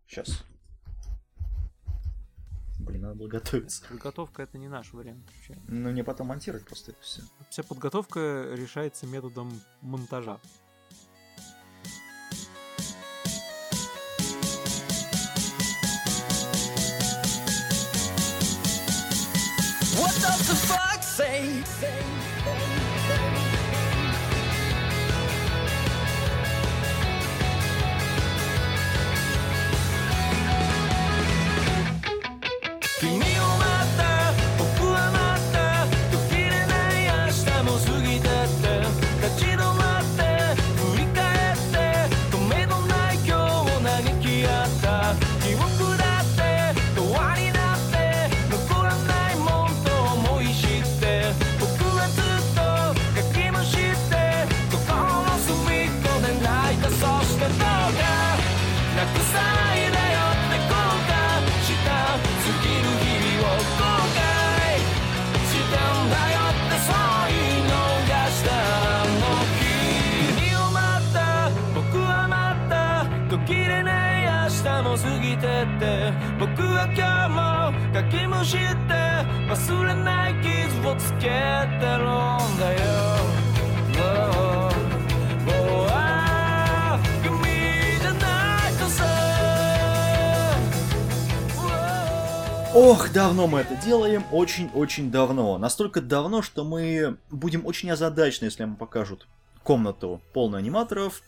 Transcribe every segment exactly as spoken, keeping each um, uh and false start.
Сейчас. Блин, надо было готовиться. Подготовка — это не наш вариант вообще. Ну, мне потом монтировать просто это все. Вся подготовка решается методом монтажа. What does the fuck say? Ох, давно мы это делаем, очень-очень давно. Настолько давно, что мы будем очень озадачены, если нам покажут комнату полную аниматоров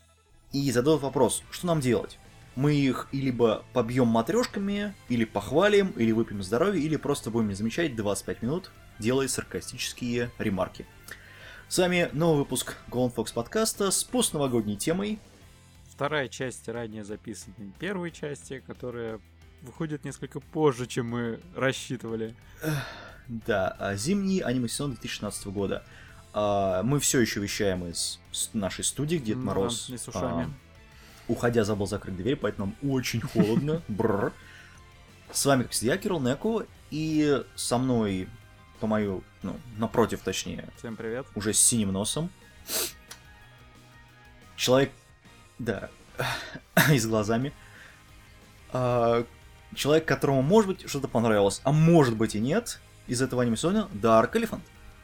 и зададут вопрос, что нам делать? Мы их и либо побьем матрешками, или похвалим, или выпьем здоровье, или просто будем не замечать двадцать пять минут, делая саркастические ремарки. С вами новый выпуск Golden Fox подкаста с постновогодней темой. Вторая часть ранее записанной первой части, которая выходит несколько позже, чем мы рассчитывали. Да, зимний анимационный две тысячи шестнадцатого года. Мы все еще вещаем из нашей студии, где Дед Мороз. Да, и с ушами. А, уходя, забыл закрыть дверь, поэтому нам очень холодно. Бррр. С вами, как всегда, я, Кирилл Неко, и со мной, по мою, ну, напротив, точнее. Всем привет. Уже с синим носом. Человек, да, и с глазами. Человек, которому, может быть, что-то понравилось, а может быть и нет, из этого анимационного, Dark Elephant.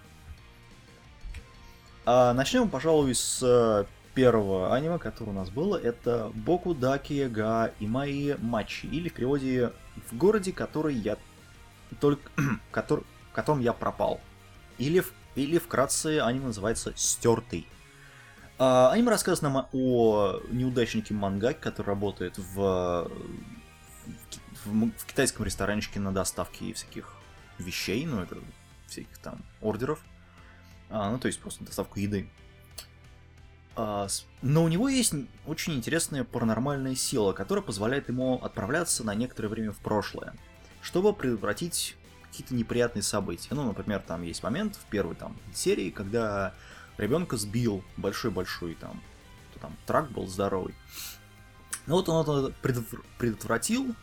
А начнем, пожалуй, с первого аниме, которое у нас было. Это Боку Даки га Имаи Мачи, или в переводе «В городе, который я только... который... в котором я пропал». Или, в... или вкратце аниме называется «Стертый». А, аниме рассказывает нам о неудачнике мангаки, который работает в... В, в китайском ресторанчике на доставке всяких вещей, ну это всяких там ордеров, а, ну то есть просто доставку еды. А, но у него есть очень интересная паранормальная сила, которая позволяет ему отправляться на некоторое время в прошлое, чтобы предотвратить какие-то неприятные события. Ну, например, там есть момент в первой там серии, когда ребенка сбил большой-большой там, там трак был здоровый. Но вот он это предотвратил,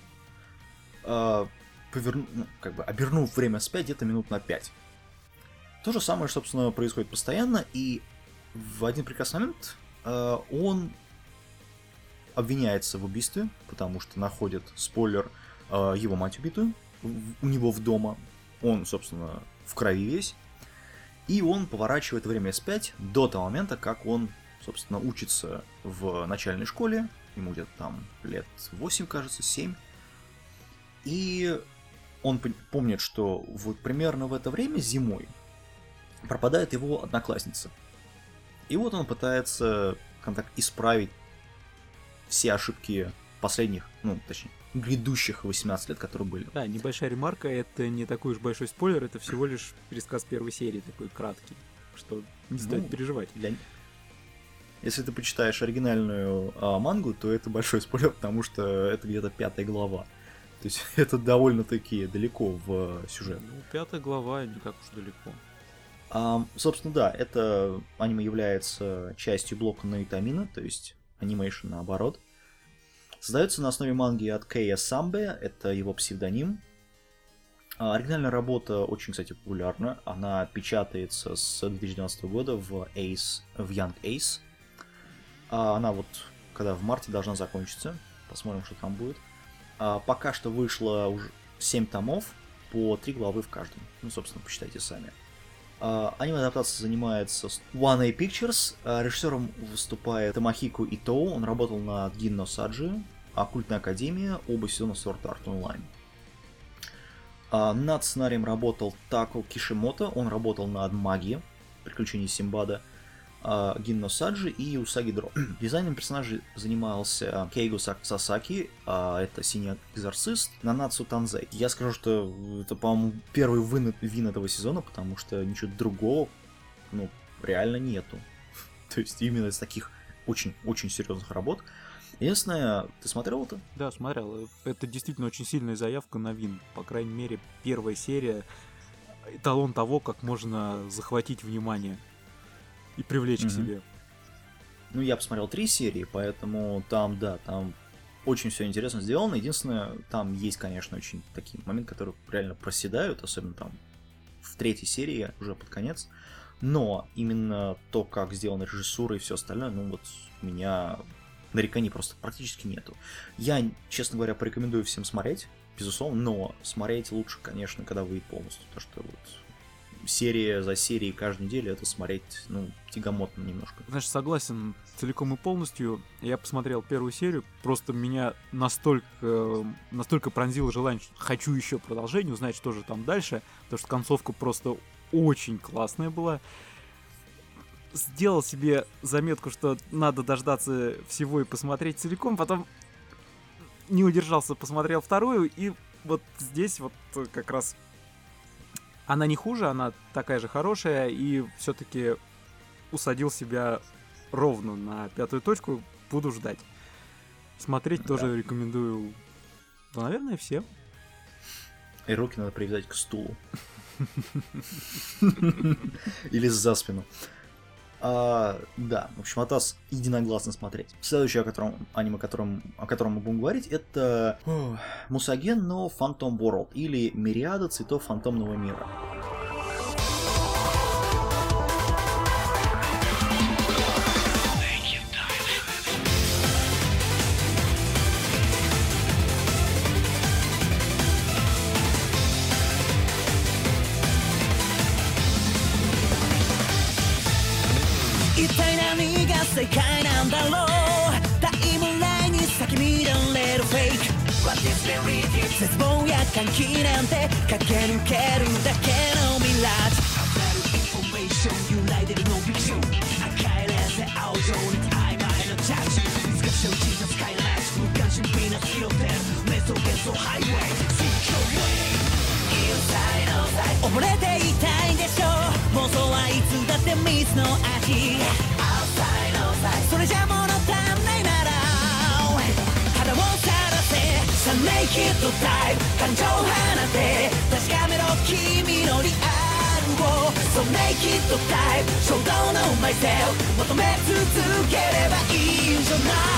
поверну, ну, как бы обернув время вспять где-то минут на пять. То же самое, собственно, происходит постоянно, и в один прекрасный момент э, он обвиняется в убийстве, потому что находят, спойлер, э, его мать убитую у него в дома. Он, собственно, в крови весь. И он поворачивает время вспять до того момента, как он, собственно, учится в начальной школе. Ему где-то там лет восемь, кажется, семь. И он помнит, что вот примерно в это время, зимой, пропадает его одноклассница. И вот он пытается, как так, исправить все ошибки последних, ну, точнее, грядущих восемнадцати лет, которые были. Да, небольшая ремарка, это не такой уж большой спойлер, это всего лишь пересказ первой серии, такой краткий, что не стоит ну, переживать. Для... Если ты почитаешь оригинальную а, мангу, то это большой спойлер, потому что это где-то пятая глава. То есть это довольно-таки далеко в сюжет. Ну, пятая глава не так уж далеко. А, собственно, да, это аниме является частью блока Наитамина, то есть анимейшн наоборот. Создается на основе манги от Кея Самбе, это его псевдоним. А, оригинальная работа очень, кстати, популярна. Она печатается с две тысячи двенадцатого года в Ace, в Young Ace. А она вот, когда в марте должна закончиться. Посмотрим, что там будет. А, пока что вышло уже семь томов, по три главы в каждом. Ну, собственно, посчитайте сами. А, аниме-адаптацией занимается One A Pictures. А, режиссером выступает Томахико Ито. Он работал над Гинно Саджи, Оккультная Академия, оба сезона Sword Art Online. А, над сценарием работал Тако Кишимото. Он работал над Маги, Приключения Симбада, Гинно Саджи и Усаги Дро. Дизайном персонажей занимался Кейго Сасаки, а это Синий Экзорцист, Нанацу Танзей. Я скажу, что это, по-моему, первый вин, вин этого сезона, потому что ничего другого, ну, реально нету. То есть именно из таких очень-очень серьезных работ. Единственное, ты смотрел это? Да, смотрел. Это действительно очень сильная заявка на вин. По крайней мере, первая серия — эталон того, как можно захватить внимание и привлечь mm-hmm. к себе. Ну, я посмотрел три серии, поэтому там, да, там очень все интересно сделано. Единственное, там есть, конечно, очень такие моменты, которые реально проседают, особенно там в третьей серии, уже под конец. Но именно то, как сделана режиссура и все остальное, ну вот у меня нареканий просто практически нету. Я, честно говоря, порекомендую всем смотреть, безусловно, но смотреть лучше, конечно, когда выйдет полностью. Потому что вот серия за серией каждую неделю это смотреть, ну, тягомотно немножко. Знаешь, согласен целиком и полностью. Я посмотрел первую серию, просто меня настолько, настолько пронзило желание, что хочу еще продолжение, узнать, что же там дальше, потому что концовка просто очень классная была. Сделал себе заметку, что надо дождаться всего и посмотреть целиком, потом не удержался, посмотрел вторую, и вот здесь вот как раз она не хуже, она такая же хорошая, и все-таки усадил себя ровно на пятую точку, буду ждать. Смотреть да. тоже рекомендую, ну, наверное, всем. И руки надо привязать к стулу. Или за спину. А, да, в общем, Атас единогласно смотреть. Следующее, о котором, аниме, котором, о котором мы будем говорить, это Мусаген но Phantom World, или Мириада цветов фантомного мира. 世界なんだろうタイムラインに咲き乱れるフェイク What is reality 絶望や歓喜なんて駆け抜けるだけのミラージュ溢れるインフォメーション揺らいでるノンフィクション赤いレーゼ青状に曖昧な着地見つかしを小さスカイライト無関心ピーナッツ拾ってる瞑想幻想ハイウェイ Secure way Inside outside 溺れていたいんでしょう妄想はいつだって水の味それじゃ物足んないなら肌をさらせサンネイキッドタイプ感情放て確かめろ君のリアルをそんネイキッドタイプ衝動のマイセル求め続ければいいんじゃ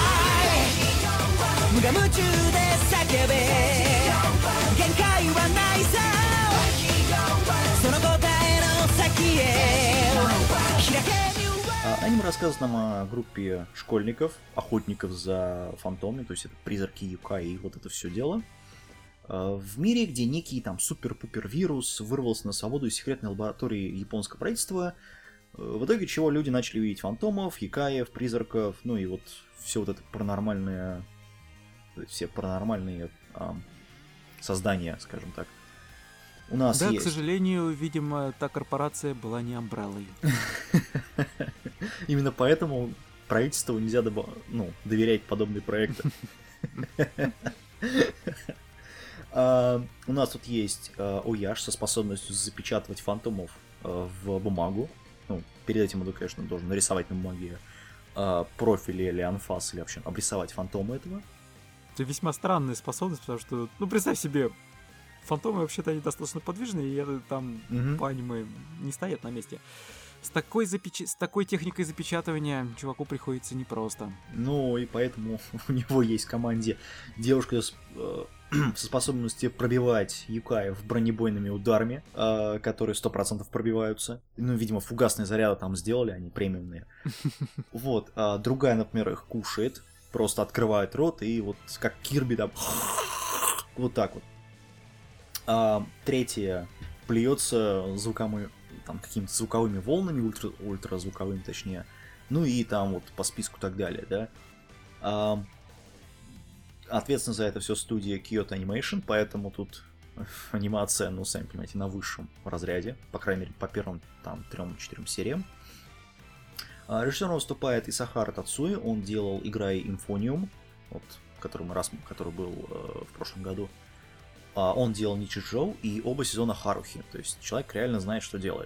ない無我夢中で叫べ限界はないさその答えの先へ開け Аниме рассказывает нам о группе школьников, охотников за фантомами, то есть это призраки, юкаи и вот это все дело. В мире, где некий там супер-пупер вирус вырвался на свободу из секретной лаборатории японского правительства, в итоге чего люди начали видеть фантомов, юкаев, призраков, ну и вот все вот это паранормальное, все паранормальные а, создания, скажем так. У нас да, есть. К сожалению, видимо, та корпорация была не Umbrella. Именно поэтому правительству нельзя добав... ну, доверять подобные проекты. У нас тут есть Ояж со способностью запечатывать фантомов в бумагу. Ну, перед этим он, конечно, должен нарисовать на бумаге профили или анфас, или вообще обрисовать фантомы этого. Это весьма странная способность, потому что, ну, представь себе, фантомы вообще-то они достаточно подвижные, и там mm-hmm. по аниме не стоят на месте. С такой, запеч... С такой техникой запечатывания чуваку приходится непросто. Ну, и поэтому у него есть в команде девушка с, э, со способностью пробивать юкаев бронебойными ударами, э, которые сто процентов пробиваются. Ну, видимо, фугасные заряды там сделали, они премиумные. Вот. А другая, например, их кушает. просто открывает рот и вот как Кирби там вот так вот. А третье плюется звуками, там, какими-то звуковыми волнами, ультра, ультразвуковыми точнее, ну и там вот по списку и так далее, да. А, ответственно за это все студия Kyoto Animation, поэтому тут анимация, ну, сами понимаете, на высшем разряде, по крайней мере, по первым там трем-четырем сериям. А, режиссером выступает Исахара Тацуи, он делал Игра Инфониум, вот, который, мы раз, который был э, в прошлом году. А, он делал Ничиджоу и оба сезона Харухи, то есть человек реально знает, что делает.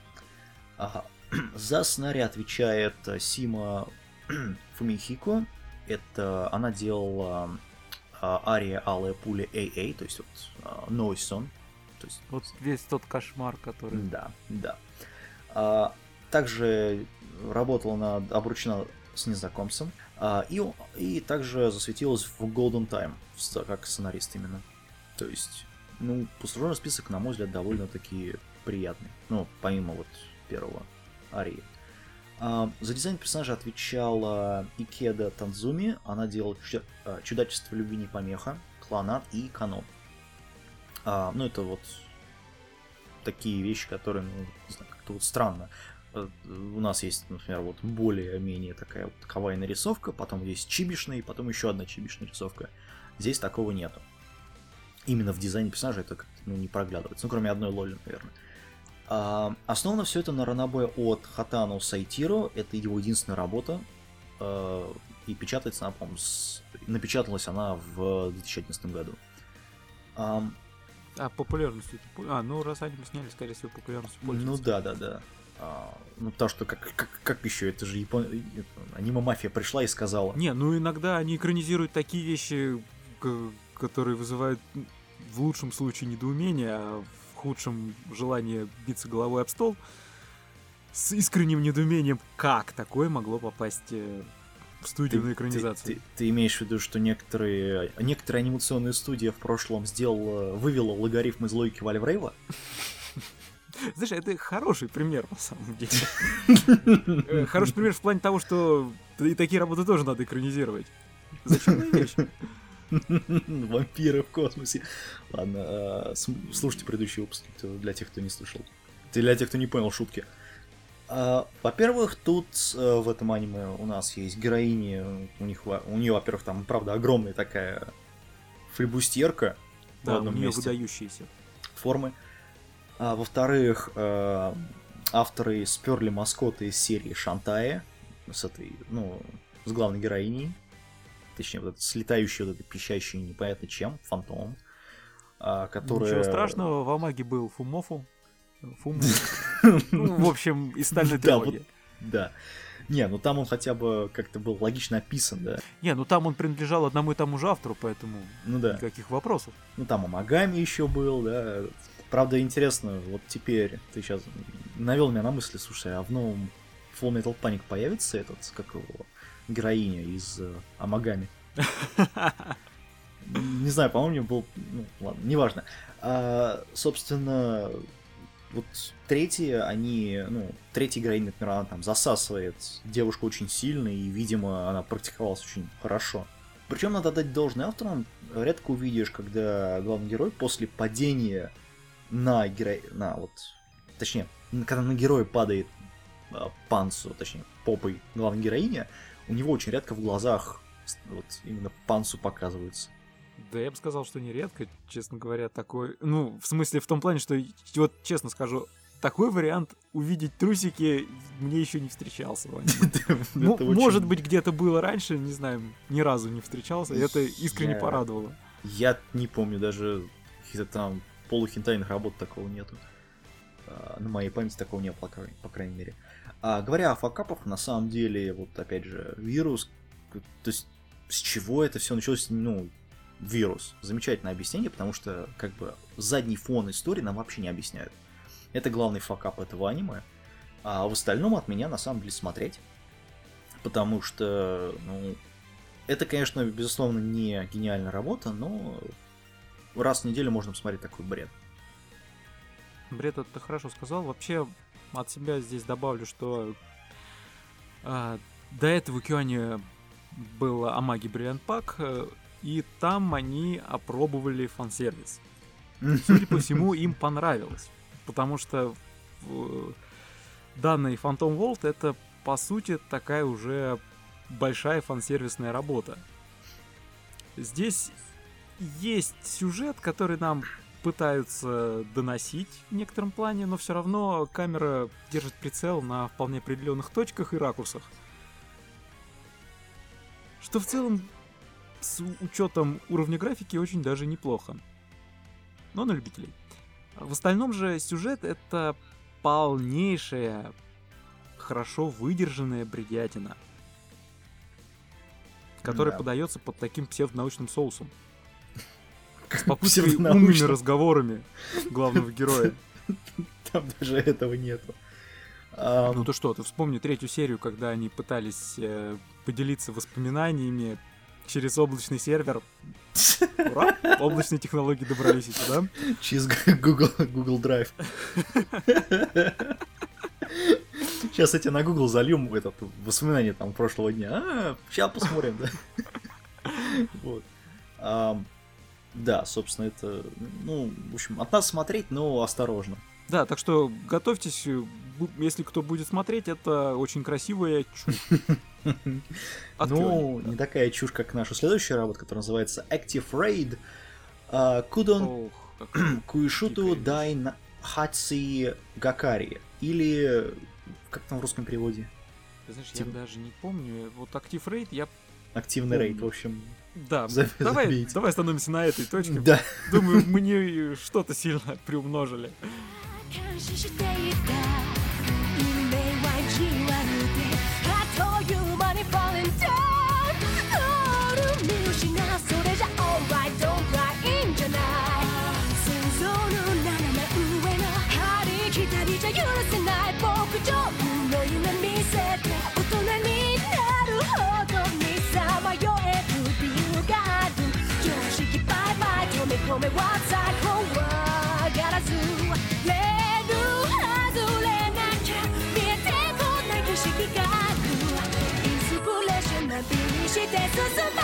А, за сценарий отвечает Сима Фумихико, это она делала а, Ария Алая Пуля эй эй, то есть вот а, Noise Song. То есть... Вот весь тот кошмар, который... Да, да. А, также работала над Обручена с незнакомцем, а, и, и также засветилась в Golden Time, как сценарист именно. То есть, ну, послужной список, на мой взгляд, довольно-таки приятный. Ну, помимо вот первого Арии. А, за дизайн персонажа отвечала Икеда Танзуми. Она делала Чудачество любви не помеха, Кланат и Канон. А, ну, это вот такие вещи, которые, ну, не знаю, как-то вот странно. У нас есть, например, вот более-менее такая вот кавайная рисовка, потом есть чибишная, и потом еще одна чибишная рисовка. Здесь такого нету. Именно в дизайне персонажа это как-то, ну, не проглядывается. Ну, кроме одной Лоли, наверное. А, основано все это на ранобэ от Хатану Сайтиро. Это его единственная работа. А, и печатается она, по-моему, с... напечаталась она в две тысячи одиннадцатом году. А, а популярностью... А, ну, раз аниме сняли, скорее всего, популярностью пользуются. Ну, да, да, да. А, ну, потому что как, как, как еще? Это же Япон... аниме-мафия пришла и сказала. Не, ну, иногда они экранизируют такие вещи, которые вызывают в лучшем случае недоумение, а в худшем желание биться головой об стол, с искренним недоумением, как такое могло попасть в студию ты, на экранизацию. Ты, ты, ты имеешь в виду, что некоторые, некоторые анимационные студии в прошлом сделала, вывела логарифм из логики Вальврейва? Знаешь, это хороший пример, на самом деле. Хороший пример в плане того, что и такие работы тоже надо экранизировать. Зачем вещь? Вампиры в космосе. Ладно, слушайте предыдущий выпуск для тех, кто не слушал. Для тех, кто не понял шутки. Во-первых, тут в этом аниме у нас есть героини. У них, у нее, во-первых, там, правда, огромная такая флебустьерка. Да, у нее выдающиеся формы. А, во-вторых, авторы сперли маскоты из серии Шантая с этой, ну, с главной героиней. Точнее, вот это, с летающей, вот этой пищащей непонятно чем, фантомом. А, которая... Ничего страшного, в Амаге был Фумофу. Фуму. Ну, в общем, из стальной трилогии. Да. Не, ну там он хотя бы как-то был логично описан, да. Не, ну там он принадлежал одному и тому же автору, поэтому ну, да. никаких вопросов. Ну там Амагами еще был, да. Правда, интересно, вот теперь ты сейчас навел меня на мысли, слушай, а в новом Full Metal Panic появится этот, как его, героиня из uh, Амагами? Не знаю, по-моему, был... Ну, ладно, неважно. А, собственно, вот третьи, они... Ну, третья героиня, например, она там засасывает девушку очень сильно, и, видимо, она практиковалась очень хорошо. Причем, надо дать должное авторам, редко увидишь, когда главный герой после падения на героя... На, вот... Точнее, когда на героя падает а, панцу, точнее, попой главной героини, у него очень редко в глазах вот именно панцу показывается. Да я бы сказал, что нередко, честно говоря, такой... Ну, в смысле, в том плане, что, вот честно скажу, такой вариант увидеть трусики мне еще не встречался. Может быть, где-то было раньше, не знаю, ни разу не встречался, и это искренне порадовало. Я не помню, даже каких-то там полухентайных работ такого нету. На моей памяти такого не было, по крайней мере. А говоря о факапах, на самом деле, вот опять же, вирус, то есть с чего это все началось, ну, вирус. Замечательное объяснение, потому что, как бы, задний фон истории нам вообще не объясняют. Это главный факап этого аниме. А в остальном от меня, на самом деле, смотреть. Потому что, ну, это, конечно, безусловно, не гениальная работа, но раз в неделю можно посмотреть такой бред. Бред, это ты хорошо сказал. Вообще, от себя здесь добавлю, что а, до этого Кёани было Амаги Brilliant Pack, и там они опробовали фан-сервис. Судя по всему, им понравилось, потому что данный Phantom World — это, по сути, такая уже большая фан-сервисная работа. Здесь есть сюжет, который нам пытаются доносить в некотором плане, но все равно камера держит прицел на вполне определенных точках и ракурсах. Что в целом, с учетом уровня графики, очень даже неплохо. Но на любителей. В остальном же сюжет — это полнейшая, хорошо выдержанная бредятина, которая Да. подается под таким псевдонаучным соусом. С попыткой умными разговорами главного героя. Там даже этого нету. А, Ну то что, ты вспомни третью серию, когда они пытались э, поделиться воспоминаниями через облачный сервер. Ура! Облачные технологии добрались и сюда. Через Google, Google Drive. Сейчас я тебе на Google залью этот воспоминания там прошлого дня. А, сейчас посмотрим, да. Вот. А, да, собственно, это, ну, в общем, от нас смотреть, но осторожно. Да, так что готовьтесь, бу- если кто будет смотреть, это очень красивая чушь. От Ну, Кёни, не такая чушь, как наша следующая работа, которая называется Active Raid. А, Кудон Ох, какая Куишуту дикая Дай На- Хаци Гакари. Или, как там в русском переводе? Ты знаешь, Типа- я даже не помню. Вот Active Raid я... Активный рейд, в Помню. общем. Да, Заб- давай, забейте. давай остановимся на этой точке. Да. Думаю, мы не что-то сильно приумножили. 監視していた運命は意地悪であっという間に falling down ゴール見失うそれじゃ alright don't cry いいんじゃない想像の斜め上の張り切ったりじゃ許せない牧場の夢見せて大人になるほどにさまよえる理由がある常識バイバイ止め込めは最高はガラスレール外れなきゃ見えてこない景色があるインスピレーションなビにして進め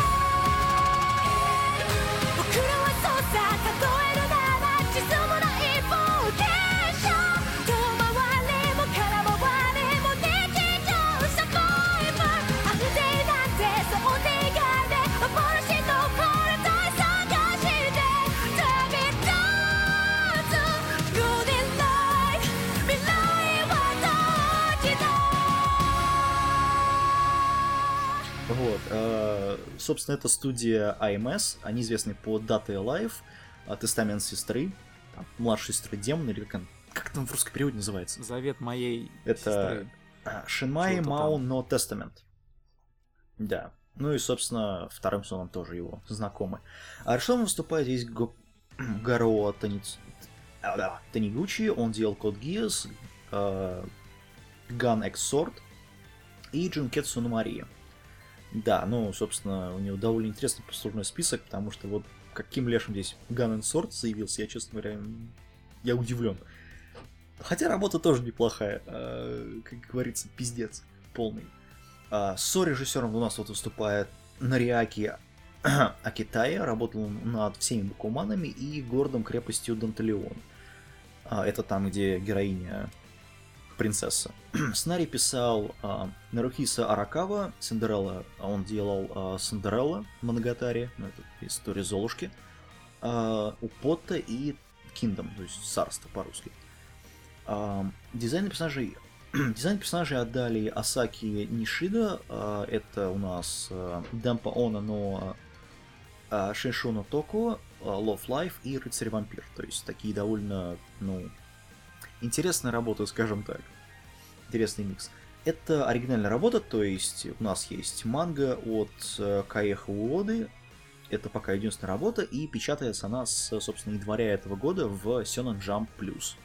僕らはそうさ数えるなら地図もない冒険者遠回りも空回りも日常サバイバー安定なんてそう願いで幻のこれさえ探して旅立つ Golden Light 未来はどっちだ Вот. э, Собственно, это студия эй эм эс. Они известны по Data Alive, э, Тестамент сестры, там, младшей сестры демона, или как, он- как там в русском переводе называется? Завет моей Это сестры. а, Шинмай Что-то Мао там. но Тестамент. Да. Ну и, собственно, вторым соном тоже его знакомы. А решил выступает здесь Го- Гаро Таниц- а, да, Танигучи. Он делал Код Гиас, э, Gun X Sword и Джункетсу no Мария. Да, ну, собственно, у него довольно интересный послужной список, потому что вот каким лешим здесь Gun and Sword заявился, я, честно говоря, м, я удивлен. Хотя работа тоже неплохая, э, как говорится, пиздец полный. А, Со-режиссером у нас вот выступает Нариаки Акитая, работал он над всеми Бакуманами и городом крепостью Данталеон. А, это там, где героиня принцесса. Сценарий писал а, Нарухиса Аракава, Синдерелла, он делал а, Синдерелла Моногатари, ну, это история Золушки, а, Употта и Киндом, то есть царство по-русски. А, дизайн персонажей Дизайн персонажей отдали Асаки Нишида, а, это у нас а, Дампа Она но а, Шиншуно Токо, а, Love Life и Рыцарь-вампир. То есть такие довольно, ну, интересная работа, скажем так. Интересный микс. Это оригинальная работа, то есть у нас есть манга от э, Каэха Уоды. Это пока единственная работа, и печатается она с, собственно, января этого года в Shonen Jump Plus.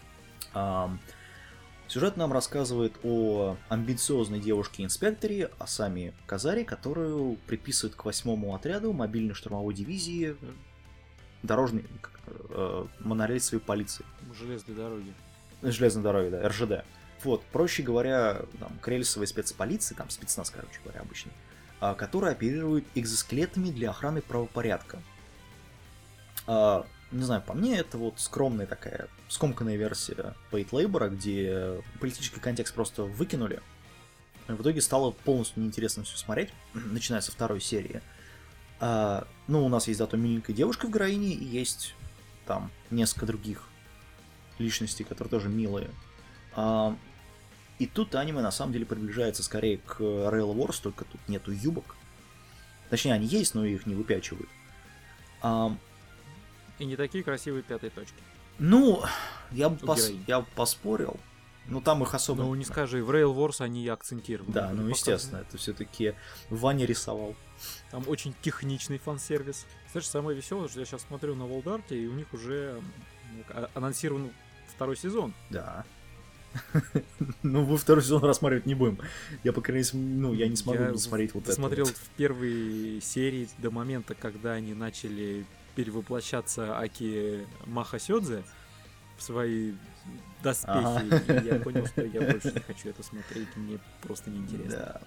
Ам, Сюжет нам рассказывает о амбициозной девушке-инспекторе Асами Казари, которую приписывают к восьмому отряду мобильной штурмовой дивизии дорожной э, монорельсовой полиции. Железной дороги. Железной дороги, да, эр жэ дэ. Вот, проще говоря, там, к рельсовой спецполиции, там спецназ, короче говоря, обычно. а, которые оперируют экзоскелетами для охраны правопорядка. А, не знаю, по мне, это вот скромная такая, скомканная версия Paid Labor, где политический контекст просто выкинули. В итоге стало полностью неинтересно все смотреть, начиная со второй серии. А, ну, у нас есть зато миленькая девушка в героине, и есть там несколько других личностей, которые тоже милые. А, и тут аниме на самом деле приближается скорее к Rail Wars, только тут нету юбок. Точнее, они есть, но их не выпячивают. А, И не такие красивые пятые точки. ну, я бы пос... я бы поспорил. Ну, там их особо... Ну, не скажи, в Rail Wars они акцентированы. Да, ну, естественно, это все-таки Ваня рисовал. Там очень техничный фан-сервис. Знаешь, самое веселое, что я сейчас смотрю на Волдарте, и у них уже анонсирован второй сезон. Да. Ну, мы второй сезон рассматривать не будем. Я, по крайней мере, ну, я не смогу я смотреть вот это. Я смотрел вот. в первой серии до момента, когда они начали перевоплощаться Аки Махасёдзе в свои доспехи, ага. И я понял, что я больше не хочу это смотреть, мне просто неинтересно. Да.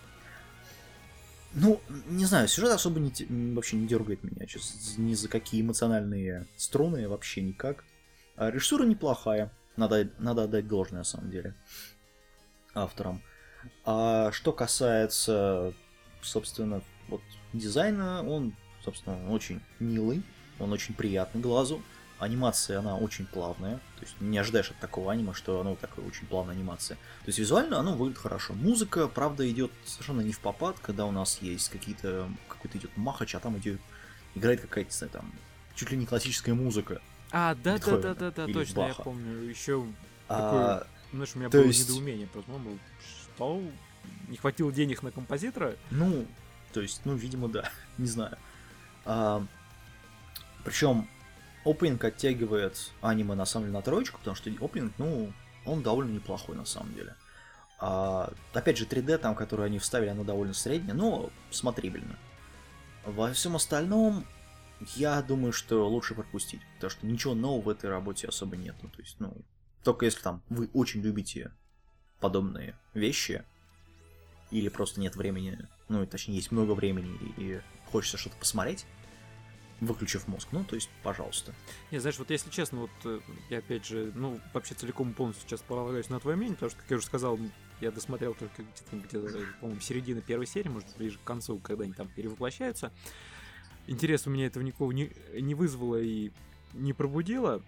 Ну, не знаю, сюжет особо не, вообще не дергает меня, сейчас, ни за какие эмоциональные струны, вообще никак. А режиссура неплохая, надо, надо отдать должное, на самом деле, авторам. А что касается, собственно, вот дизайна, он, собственно, очень милый, он очень приятный глазу. Анимация, она очень плавная, то есть не ожидаешь от такого аниме, что оно такая очень плавная анимация. То есть визуально оно выглядит хорошо. Музыка, правда, идет совершенно не в попад, когда у нас есть какие-то, какой-то идет махач, а там идет, играет какая-то, не знаю, там, чуть ли не классическая музыка. А, да-да-да-да, точно, я помню. Еще а, такое, знаешь, у меня было есть... недоумение, просто думал, что, не хватило денег на композитора? Ну, то есть, ну, видимо, да, не знаю. А, причем опенинг оттягивает аниме на самом деле на троечку, потому что опенинг, ну, он довольно неплохой на самом деле. А, опять же, три дэ там, которую они вставили, оно довольно среднее, но смотрибельно. Во всем остальном, я думаю, что лучше пропустить, потому что ничего нового в этой работе особо нет. Ну, то есть, ну, только если там вы очень любите подобные вещи, или просто нет времени, ну, точнее, есть много времени и хочется что-то посмотреть, выключив мозг, ну, то есть, пожалуйста. Не, знаешь, вот если честно, вот я опять же, ну, вообще целиком и полностью сейчас полагаюсь на твое мнение, потому что, как я уже сказал, я досмотрел только где-то, где-то по-моему, середины первой серии, может, ближе к концу, когда они там перевоплощаются. Интерес у меня этого никого не, не вызвало и не пробудило.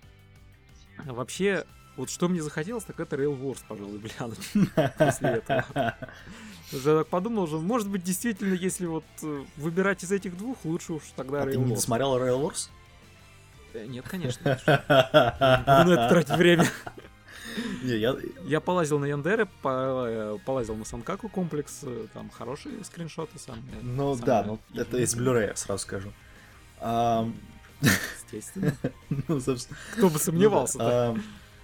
А вообще, вот что мне захотелось, так это Rail Wars, пожалуй, глянуть после этого. Я так подумал, что, может быть, действительно, если вот выбирать из этих двух, лучше уж тогда а Rail Wars. Ты не досмотрел Rail Wars? Нет, конечно. Не буду на это тратить время. Не, я... я полазил на Яндере, полазил на Санкаку комплекс, там хорошие скриншоты самые. Ну самые да, ну это из Blu-ray, сразу скажу. А... Естественно. Ну, собственно... Кто бы сомневался. Ну, да. а...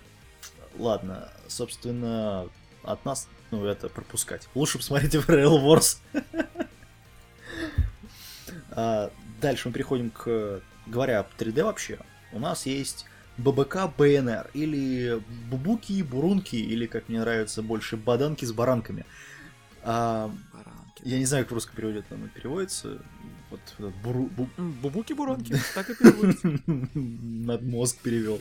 Ладно, собственно, от нас, ну, это пропускать. Лучше посмотрите в Rail Wars. а, дальше мы переходим к... Говоря об три дэ вообще, у нас есть ББК БНР, или Бубуки Бурунки, или, как мне нравится больше, Баданки с баранками. А, я не знаю, как в русском переводе это переводится. Вот, буру, бу... Бубуки-буронки, так и переводится. Над мозг перевел.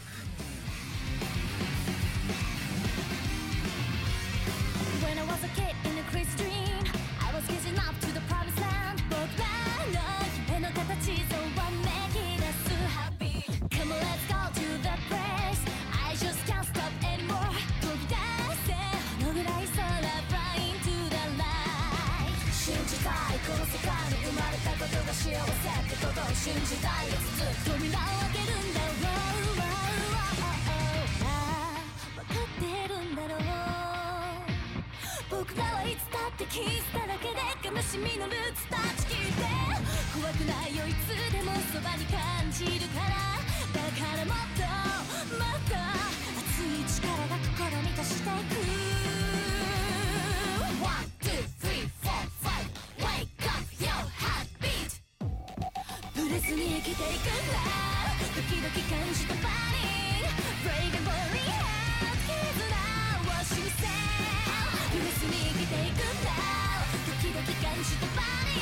Body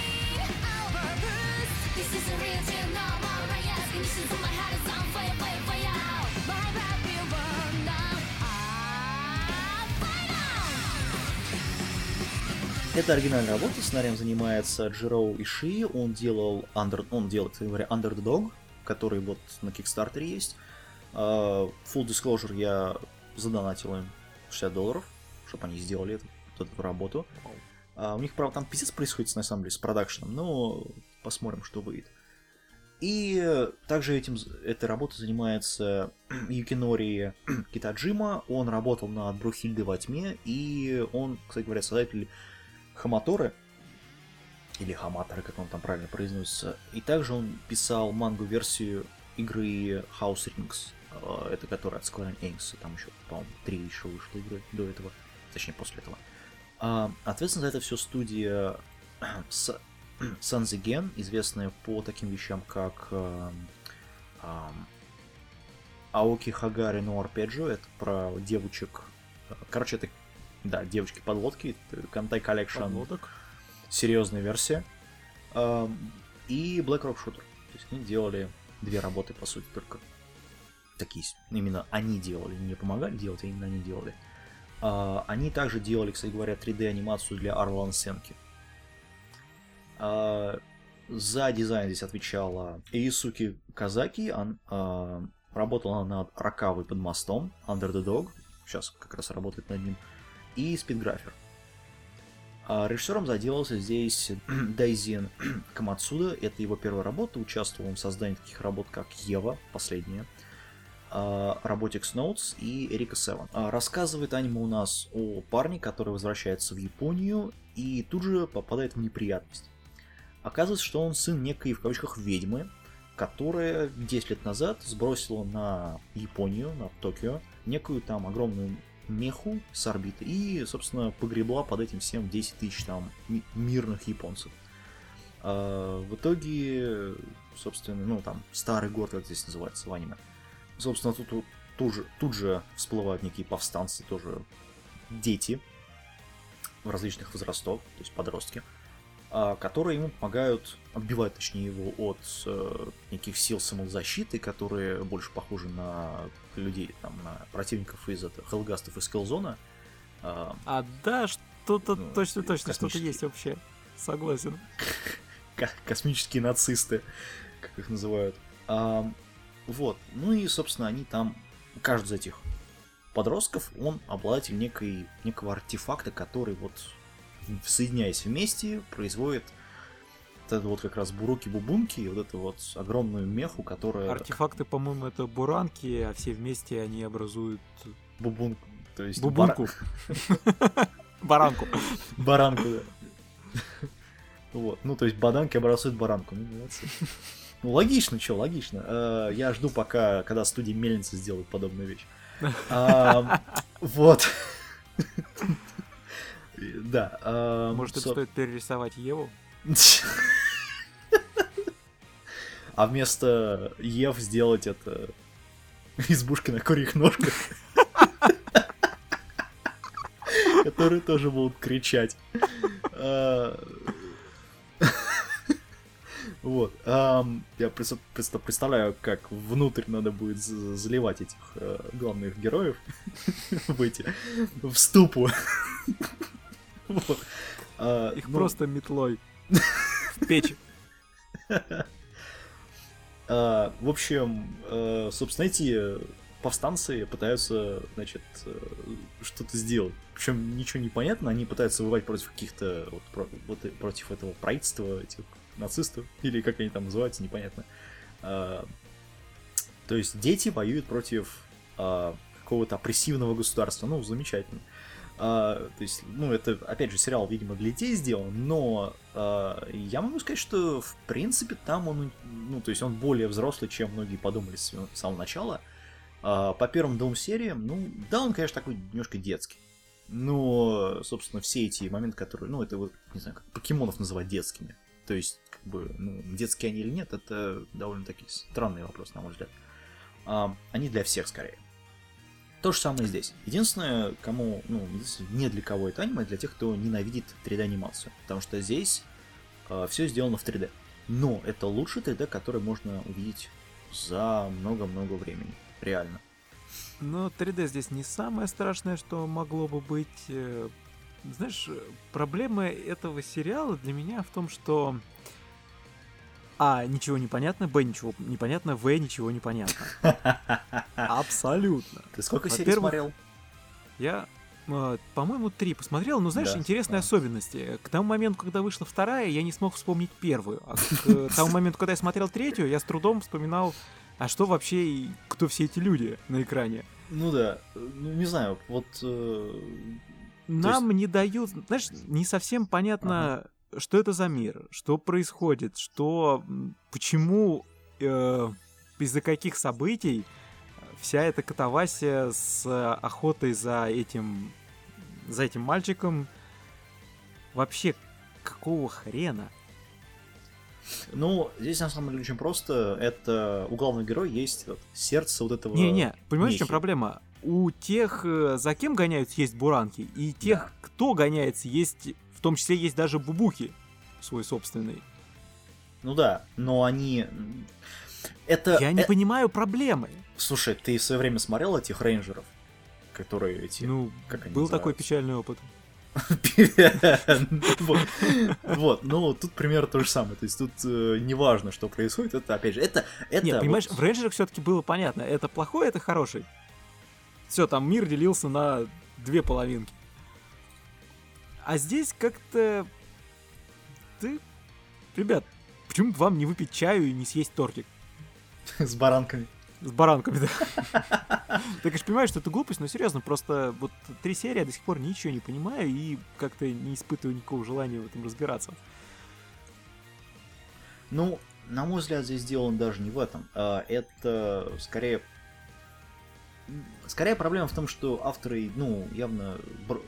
Это оригинальная работа, сценарием занимается Джироу Ишии, он делал, under, он делает, кстати говоря, Under the Dog, который вот на Kickstarter есть. Uh, full disclosure, я задонатил им шестьдесят долларов, чтобы они сделали эту, эту работу. Uh, у них, правда, там пиздец происходит, на самом деле, с продакшеном, но посмотрим, что выйдет. И также этим, этой работой занимается Юкинори Китаджима, он работал над Брухильдой во тьме, и он, кстати говоря, создатель Хаматоры, или Хаматоры, как он там правильно произносится, и также он писал мангу-версию игры House Rings, это которая от Square Enix, там еще, по-моему, три еще вышло игры до этого, точнее, после этого. Ответственно за это все студия Sanzigen, известная по таким вещам, как Аоки Хагари но Арпеджио, это про девочек, короче, это да, девочки-подлодки, Кантай Collection, серьезная версия. И Black Rock Shooter. То есть они делали две работы, по сути, только такие. Именно они делали, не помогали делать, а именно они делали. Они также делали, кстати говоря, три дэ-анимацию для Арлан Сенки. За дизайн здесь отвечала Эйсуки Казаки. Работала она над Ракавой под мостом, Under the Dog. Сейчас как раз работает над ним. И Спидграфер. А режиссером заделался здесь Дайзин Камацуда. Это его первая работа. Участвовал он в создании таких работ, как Ева, последняя, Robotics Notes и Эрика Севен. Рассказывает аниме у нас о парне, который возвращается в Японию и тут же попадает в неприятность. Оказывается, что он сын некой, в кавычках, ведьмы, которая десять лет назад сбросила на Японию, на Токио, некую там огромную меху с орбиты и, собственно, погребла под этим всем десять тысяч там мирных японцев. А в итоге, собственно, ну там старый город, как здесь называется в аниме. Собственно, тут, тут, же, тут же всплывают некие повстанцы, тоже дети различных возрастов, то есть подростки, которые ему помогают отбивать, точнее, его от э, неких сил самозащиты, которые больше похожи на людей, там, на противников из этого, хелгастов из Киллзона. Э, а да, что-то ну, точно-точно, что-то есть вообще. Согласен. Космические нацисты, как их называют. А, вот. Ну и, собственно, они там, каждый из этих подростков, он обладатель некой, некого артефакта, который вот, соединяясь вместе, производит вот это вот как раз буруки-бубунки, вот эту вот огромную меху, которая... Артефакты, по-моему, это буранки, а все вместе они образуют... Бубунку. То есть бубунку. Баранку. Баранку, да. Вот. Ну, то есть баданки образуют баранку. Ну, молодцы. Ну, логично, что, логично. Я жду, пока, когда студия Мельница сделает подобную вещь. Вот. Да. А, Может, это со... стоит перерисовать Еву? А вместо Ев сделать это избушки на курьих ножках, которые тоже будут кричать. Вот. Я представляю, как внутрь надо будет заливать этих главных героев в эти в ступу. Вот. А, Их ну... просто метлой в печь. А, в общем, а, собственно, эти повстанцы пытаются, значит, что-то сделать. Причем ничего не понятно, они пытаются воевать против каких-то вот, про, вот, против этого правительства, этих нацистов, или как они там называются, непонятно. А, то есть дети воюют против а, какого-то опрессивного государства. Ну, замечательно. Uh, то есть, ну, это, опять же, сериал, видимо, для детей сделан, но uh, я могу сказать, что, в принципе, там он, ну, то есть, он более взрослый, чем многие подумали с самого начала. Uh, по первым двум сериям, ну, да, он, конечно, такой немножко детский. Но, собственно, все эти моменты, которые, ну, это вот, не знаю, как покемонов называть детскими. То есть, как бы, ну, детские они или нет, это довольно-таки странный вопрос, на мой взгляд. Uh, они для всех, скорее. То же самое здесь. Единственное, кому, ну, не для кого это аниме, для тех, кто ненавидит три дэ-анимацию. Потому что здесь э, все сделано в три дэ. но это лучший три дэ, который можно увидеть за много-много времени. Реально. Но три дэ здесь не самое страшное, что могло бы быть. Знаешь, проблема этого сериала для меня в том, что А, ничего не понятно, Б, ничего не понятно, В, ничего не понятно. Абсолютно. Ты сколько серий смотрел? Я, э, по-моему, три посмотрел, но, знаешь, Да, интересные да. особенности. К тому моменту, когда вышла вторая, я не смог вспомнить первую. А к тому моменту, когда я смотрел третью, я с трудом вспоминал, а что вообще, и кто все эти люди на экране. Ну да, ну не знаю, вот... Э, Нам есть... не дают, знаешь, не совсем понятно, ага. что это за мир, что происходит, что, почему, э, из-за каких событий вся эта катавасия с охотой за этим, за этим мальчиком, вообще какого хрена? Ну, здесь на самом деле очень просто. Это у главного героя есть вот сердце вот этого... Не-не, понимаешь, в чем мехи. проблема? У тех, за кем гоняются, есть буранки, и тех, Да. кто гоняется, есть, в том числе есть даже бубуки свой собственный. Ну да, но они... Это... Я не э... понимаю проблемы. Слушай, ты в свое время смотрел этих рейнджеров? Которые эти... Ну, как они был называются? такой печальный опыт. Вот, ну тут примерно то же самое. То есть тут неважно, что происходит, это опять же, это... Нет, понимаешь, в рейнджерах все-таки было понятно, это плохой, это хороший. Все, там мир делился на две половинки. А здесь как-то... Ты... Ребят, почему бы вам не выпить чаю и не съесть тортик? С баранками. С баранками, да. Ты, конечно, понимаешь, что это глупость, но серьезно, просто вот три серии я до сих пор ничего не понимаю и как-то не испытываю никакого желания в этом разбираться. Ну, на мой взгляд, здесь дело даже не в этом. Это скорее... Скорее проблема в том, что авторы, ну, явно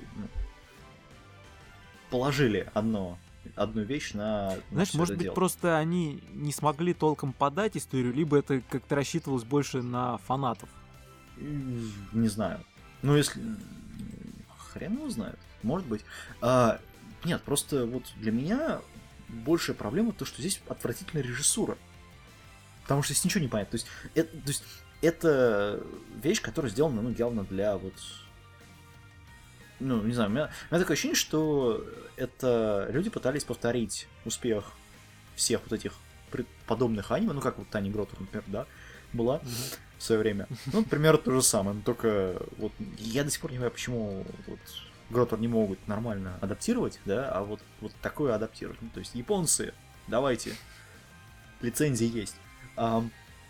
положили одно... одну вещь на... Знаешь, на может быть, дело. просто они не смогли толком подать историю, либо это как-то рассчитывалось больше на фанатов. Не знаю. Ну, если... Хрен его знает. Может быть. А, нет, просто вот для меня большая проблема то, что здесь отвратительная режиссура. Потому что здесь ничего не понятно. То есть, это, то есть, это вещь, которая сделана, ну, явно для вот... Ну, не знаю, у меня, у меня такое ощущение, что это люди пытались повторить успех всех вот этих подобных аниме, ну, как вот Таня Гротер, например, да, была mm-hmm. в свое время. Ну, например, то же самое, но только вот я до сих пор не понимаю, почему вот Гротер не могут нормально адаптировать, да, а вот, вот такое адаптировать. Ну, то есть японцы, давайте, лицензии есть. А,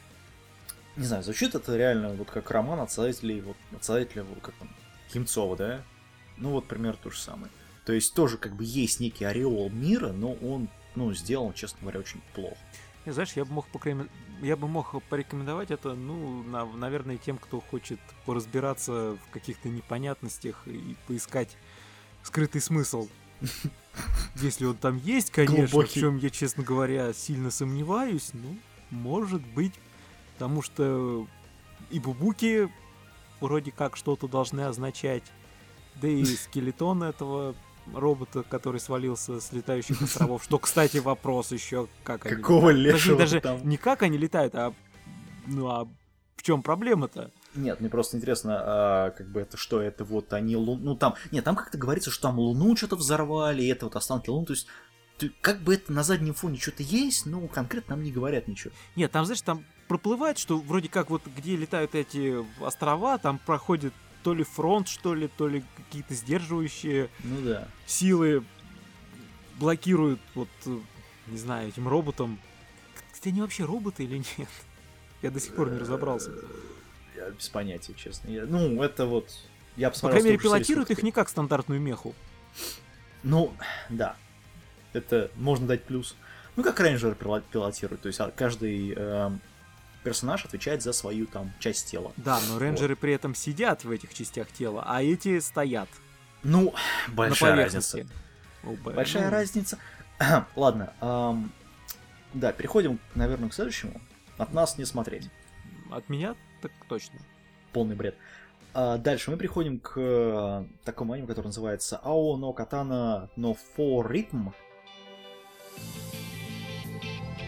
не знаю, звучит это реально вот как роман от создателей, вот, от создателя, вот, как там, Химцова, да? Ну вот, примерно то же самое. То есть тоже как бы есть некий ореол мира, но он, ну, сделан, честно говоря, очень плохо. И, знаешь, я бы мог покрем... я бы мог порекомендовать это, ну, на... наверное, тем, кто хочет поразбираться в каких-то непонятностях и поискать скрытый смысл. Если он там есть, конечно, в чем я, честно говоря, сильно сомневаюсь, ну, может быть, потому что и бубуки вроде как что-то должны означать. Да и скелетон этого робота, который свалился с летающих островов. Что, кстати, вопрос еще, как они... Какого лешего даже там? Не как они летают, а... Ну, а в чем проблема-то? Нет, мне просто интересно, а, как бы это что, это вот они... Лун... Ну, там... Нет, там как-то говорится, что там Луну что-то взорвали, и это вот останки Луны, то есть... Как бы это на заднем фоне что-то есть, но конкретно нам не говорят ничего. Нет, там, знаешь, там проплывает, что вроде как вот где летают эти острова, там проходит то ли фронт, что ли, то ли какие-то сдерживающие ну, да. силы блокируют, вот, не знаю, этим роботам. Кстати, они вообще роботы или нет? Я до сих пор не разобрался. Я без понятия, честно. Я, ну, это вот... Я По крайней мере, пилотируют их не как стандартную меху. Ну, да. Это можно дать плюс. Ну, как рейнджеры пилотируют. То есть каждый... Э, персонаж отвечает за свою там часть тела. Да, но рейнджеры вот. При этом сидят в этих частях тела, а эти стоят. Ну, большая разница. О, большая ну... разница. Ладно. Эм, да, переходим, наверное, к следующему. От нас не смотреть. От меня так точно. Полный бред. А дальше мы переходим к э, такому аниме, которое называется Ao no Katana no Four Rhythm.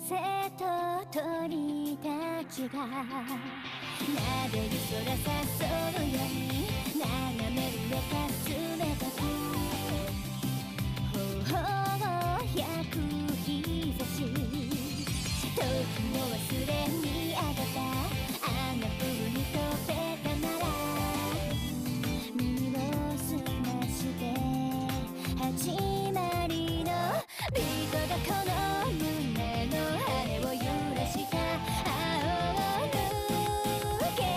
風と鳥たちがなでる空誘うように眺める上か冷たく頬を焼く日差し時を忘れに上がったあんな風に飛べたなら耳を澄まして始まりのビートがこの胸の羽を揺らした青を抜け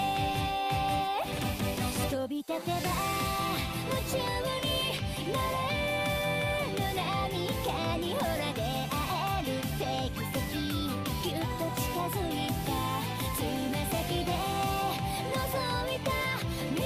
飛び立てば夢中になれる何かにほら出会える奇跡ぎゅっと近づいたつま先で覗いた未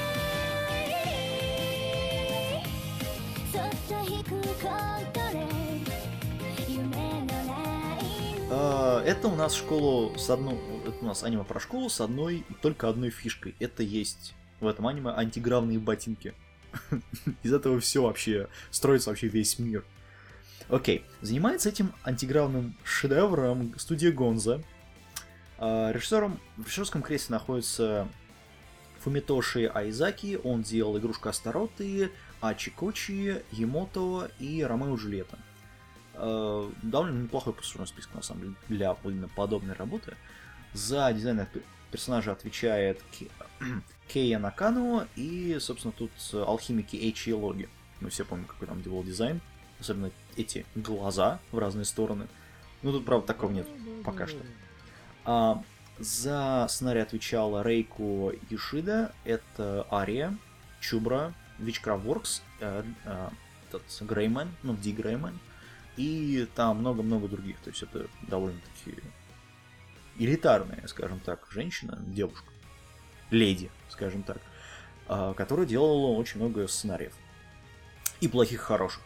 来にそっと引くコントレー夢のライン А, Это у нас школу с одной... Это у нас аниме про школу с одной, только одной фишкой. Это есть в этом аниме антигравные ботинки. Из этого все вообще строится вообще весь мир. Окей. Занимается этим антигравным шедевром студия Гонза. А, Режиссером в режиссерском кресле находится Фумитоши Айзаки. Он делал игрушку Астароты, Ачи Кочи, Емото и Ромео и Джульетта. Uh, довольно неплохой послужной список, на самом деле, для именно подобной работы. За дизайн персонажа отвечает Кея Накану и, собственно, тут алхимики Эйчи и Логи. Мы все помним, какой там делал дизайн. Особенно эти глаза в разные стороны. Ну, тут, правда, такого нет пока что. Uh, за сценарий отвечала Рейко Юшида. Это Ария, Чубра, Witchcraft Works, uh, uh, этот Греймен, ну, Ди Греймен. И там много-много других. То есть это довольно-таки элитарная, скажем так, женщина, девушка, леди, скажем так, которая делала очень много сценариев. И плохих, и хороших.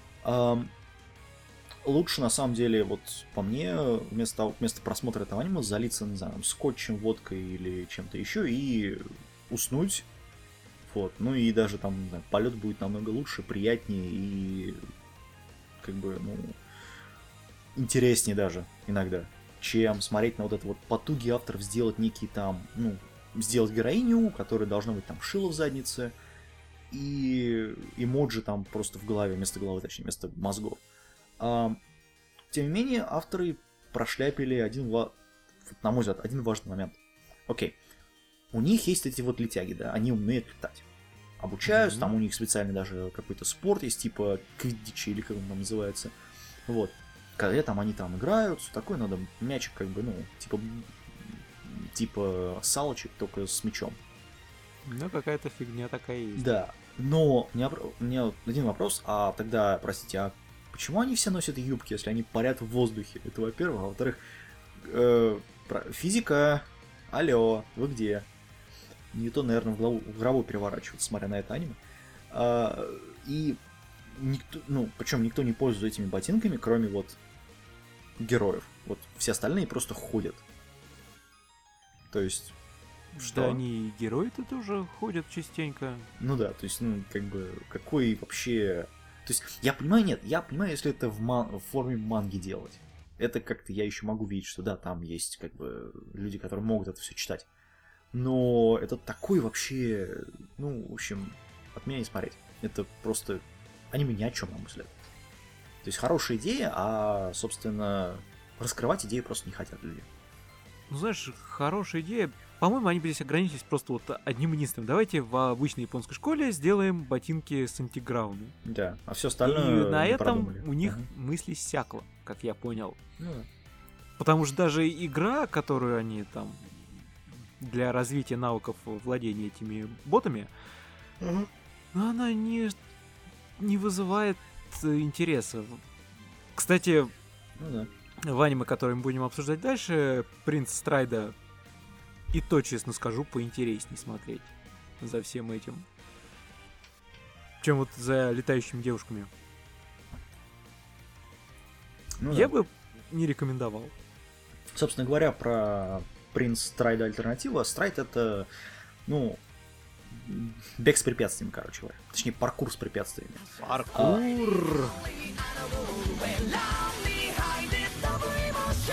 Лучше, на самом деле, вот по мне, вместо, вместо просмотра этого аниме залиться, не знаю, скотчем, водкой или чем-то еще и уснуть. Вот. Ну и даже там, не знаю, полет будет намного лучше, приятнее и как бы, ну, интереснее даже иногда, чем смотреть на вот это вот потуги авторов сделать некий там, ну, сделать героиню, которая должна быть там шило в заднице, и эмоджи там просто в голове, вместо головы, точнее, вместо мозгов. А, тем не менее, авторы прошляпили один, на мой взгляд, один важный момент. Окей, у них есть эти вот летяги, да, они умеют летать. Обучаются, mm-hmm. там у них специальный даже какой-то спорт есть, типа квиддичи, или как он там называется. Вот. Когда там они там играют, все такое, надо мячик как бы, ну, типа, типа салочек, только с мячом. Ну, какая-то фигня такая есть. Да, но у меня, у меня один вопрос, а тогда, простите, а почему они все носят юбки, если они парят в воздухе? Это во-первых, а во-вторых, э, физика, алло, вы где? Не то, наверное, в голову, в голову переворачиваться, смотря на это аниме. А, и никто, ну, причем никто не пользуется этими ботинками, кроме вот героев. Вот все остальные просто ходят. То есть, что? Да они герои-то тоже ходят частенько. Ну да, то есть, ну, как бы, какой вообще... То есть, я понимаю, нет, я понимаю, если это в, ман... в форме манги делать. Это как-то я еще могу видеть, что да, там есть, как бы, люди, которые могут это все читать. Но это такой вообще, ну, в общем, от меня не смотреть. Это просто аниме ни о чем, на мой взгляд. То есть хорошая идея, а, собственно, раскрывать идею просто не хотят люди. Ну, знаешь, хорошая идея. По-моему, они бы здесь ограничились просто вот одним единственным. Давайте в обычной японской школе сделаем ботинки с антигравами. Да, а все остальное и на этом продумали. У них uh-huh. мысли сякло, как я понял. Uh-huh. Потому что даже игра, которую они там для развития навыков владения этими ботами, uh-huh. она не, не вызывает интереса. Кстати, uh-huh. в аниме, которое мы будем обсуждать дальше, Принц Страйда, и то, честно скажу, поинтереснее смотреть за всем этим, чем вот за летающими девушками. Ну, я да. бы не рекомендовал. Собственно говоря, про Принц Страйда альтернатива. Страйд — это, ну, бег с препятствиями, короче говоря. Точнее, паркур с препятствиями. Паркур!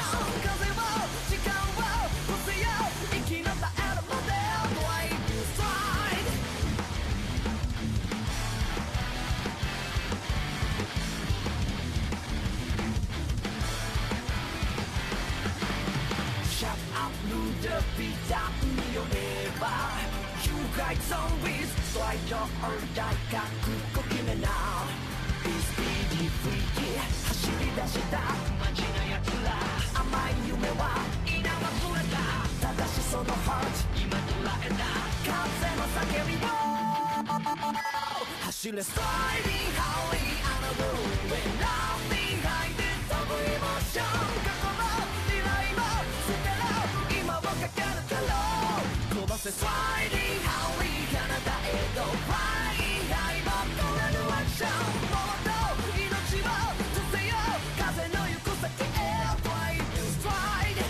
るでビタンによれば誘拐ゾンビススライド大覚悟決めな Be speedy freaky 走り出したマジな奴ら甘い夢は稲忘れたただしそのハート今捉えた風の叫びを走れスライディングハリーアナドルウェイラービーハイデン飛ぶエモーション過去も未来も捨てろ今をかけるだろう飛ばせスライディングハリーカナダへとフライハイもこれるアクションもっと命を捨てよう風の行く先へフライストライド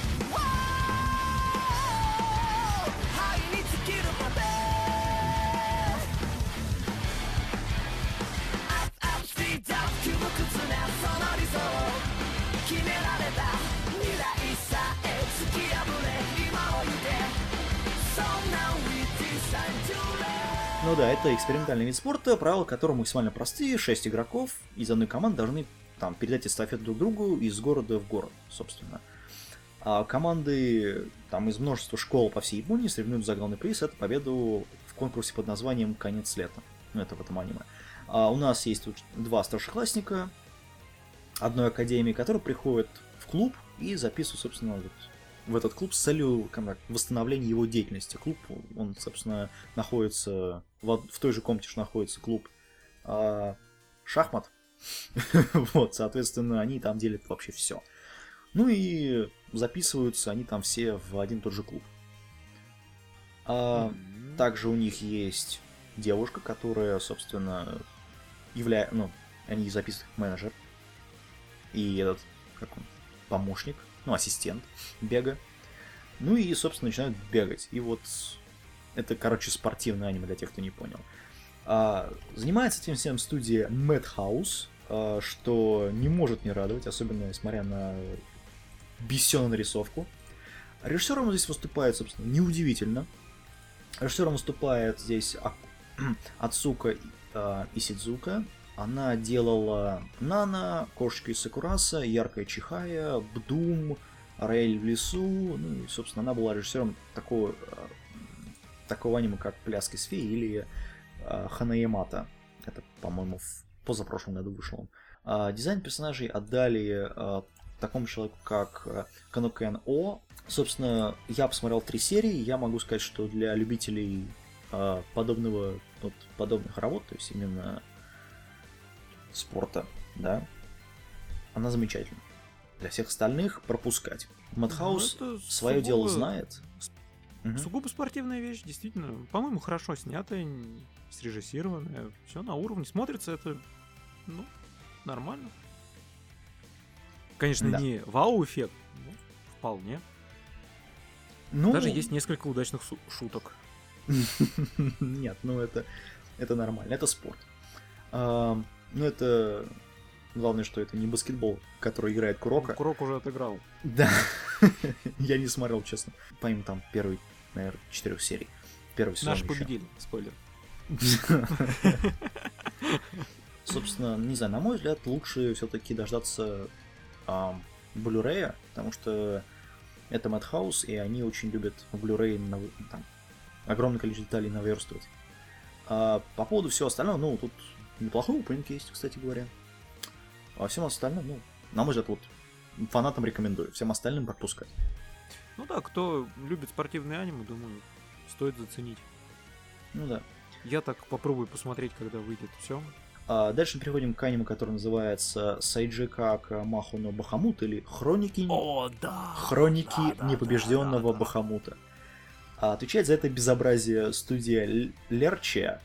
ハイに尽きるまで窮屈なその理想決められた未来さえ突き破れ今を行け So now we decide to live. Ну да, это экспериментальный вид спорта, правила которого максимально простые. Шесть игроков из одной команды должны там передать эстафету друг другу из города в город, собственно. А команды там из множества школ по всей Японии соревнуются за главный приз. Это победу в конкурсе под названием «Конец лета». Ну, это в этом аниме. А у нас есть тут два старшеклассника одной академии, которые приходят в клуб и записывают, собственно, вот в этот клуб с целью как, восстановления его деятельности. Клуб, он, собственно, находится в, в той же комнате, что находится клуб а, шахмат. Вот, соответственно, они там делят вообще все. Ну и записываются они там все в один и тот же клуб. А, также у них есть девушка, которая, собственно, является, ну, они записывают менеджер и этот, как он, помощник, ну, ассистент бега. Ну и, собственно, начинают бегать. И вот это, короче, спортивное аниме для тех, кто не понял. А, занимается этим всем студия Madhouse, а, что не может не радовать, особенно несмотря на бессённую нарисовку. Режиссером здесь выступает, собственно, неудивительно. Режиссером выступает здесь Ацука э, Исидзука. Она делала Нана, Кошечка из Сакураса, Яркая Чихая, Бдум, Раэль в лесу. Ну и, собственно, она была режиссером такого, э, такого аниме, как Пляски с феей или э, Ханаямата. Это, по-моему, в позапрошлом году вышло. Э, дизайн персонажей отдали э, такому человеку, как э, Канокен О. Собственно, я посмотрел три серии, я могу сказать, что для любителей э, подобного, вот, подобных работ, то есть именно спорта, да, она замечательна. Для всех остальных пропускать. Madhouse ну, свое сугубо... дело знает. Сугубо спортивная вещь, действительно. По-моему, хорошо снятая, срежиссированная, все на уровне. Смотрится это, ну, нормально. Конечно, да. Не вау-эффект, но вполне. Ну... Даже есть несколько удачных су- шуток. Нет, ну это, это нормально, это спорт. А, ну это... Главное, что это не баскетбол, который играет Куроко. Курок уже отыграл. Да. Я не смотрел, честно. Помимо там первой, наверное, четырех серий. Первый сезон Наши еще. победили, спойлер. Собственно, не знаю, на мой взгляд, лучше все-таки дождаться а, Blu-ray, потому что это Madhouse, и они очень любят в Blu-ray на, там, огромное количество деталей наверстывать. А по поводу всего остального, ну, тут неплохой опенинг есть, кстати говоря. А всем остальным, ну, на мой взгляд, вот, фанатам рекомендую, всем остальным пропускать. Ну да, кто любит спортивные аниме, думаю, стоит заценить. Ну да. Я так попробую посмотреть, когда выйдет все. А дальше переходим к аниме, которое называется Сайджикака Махуно Бахамут, или Хроники, О, да, Хроники да, непобежденного да, да, да. Бахамута. А отвечает за это безобразие студия Лерчия.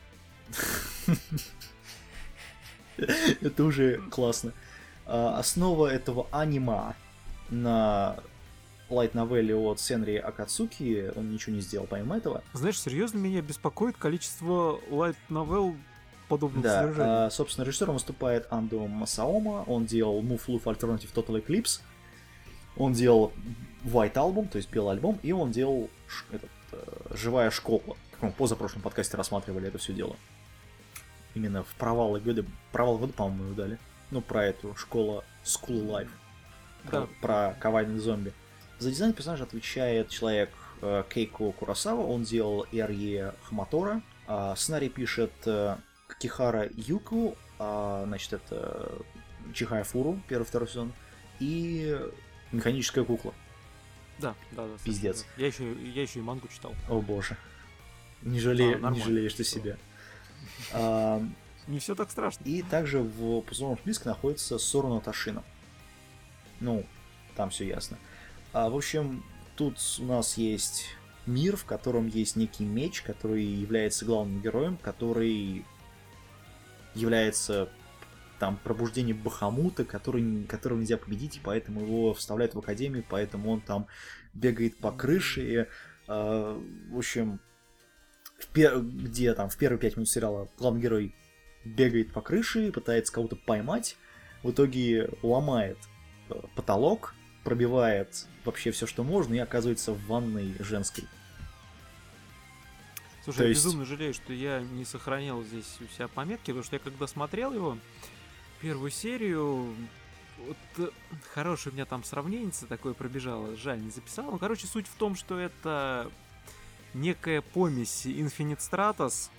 Это уже классно. Основа этого аниме на лайт-новелле от Сенри Акацуки, он ничего не сделал помимо этого. Знаешь, серьезно, меня беспокоит количество лайт-новелл подобного да, содержания. А, собственно, режиссером выступает Андо Масаома, он делал Move Loof Alternative Total Eclipse, он делал White Album, то есть белый альбом, и он делал ш- этот, э, Живая школа. Как мы в позапрошлом подкасте рассматривали это все дело. Именно в провалы года, провал года, по-моему, мы дали. Ну, про эту школу School Life. Про, Да. про кавайных зомби. За дизайн персонажа отвечает человек э, Кейко Куросава, он делал Эрье Хаматора. А сценарий пишет э, Кихара Юку, а, значит, это Чихая Фуру, первый-второй сезон, и Механическая кукла. Да, да, да. Пиздец. Я еще, я еще и мангу читал. О боже. Не, жалею, А, не жалеешь ты себя. А, Не все так страшно. и также в позорном списке находится Сороно Ташино. Ну, там все ясно. А, в общем, тут у нас есть мир, в котором есть некий меч, который является главным героем, который является там пробуждением Бахамута, который, которого нельзя победить, и поэтому его вставляют в академию, поэтому он там бегает по крыше. И, э, в общем, в пер... где там в первые пять минут сериала главный герой бегает по крыше, пытается кого-то поймать, в итоге ломает потолок, пробивает вообще все, что можно, и оказывается в ванной женской. Слушай, То я есть- безумно жалею, что я не сохранил здесь у себя пометки, потому что я когда смотрел его, первую серию, вот э, хорошее у меня там сравнение такое пробежало, жаль, не записал. Ну, короче, суть в том, что это некая помесь Infinite Stratos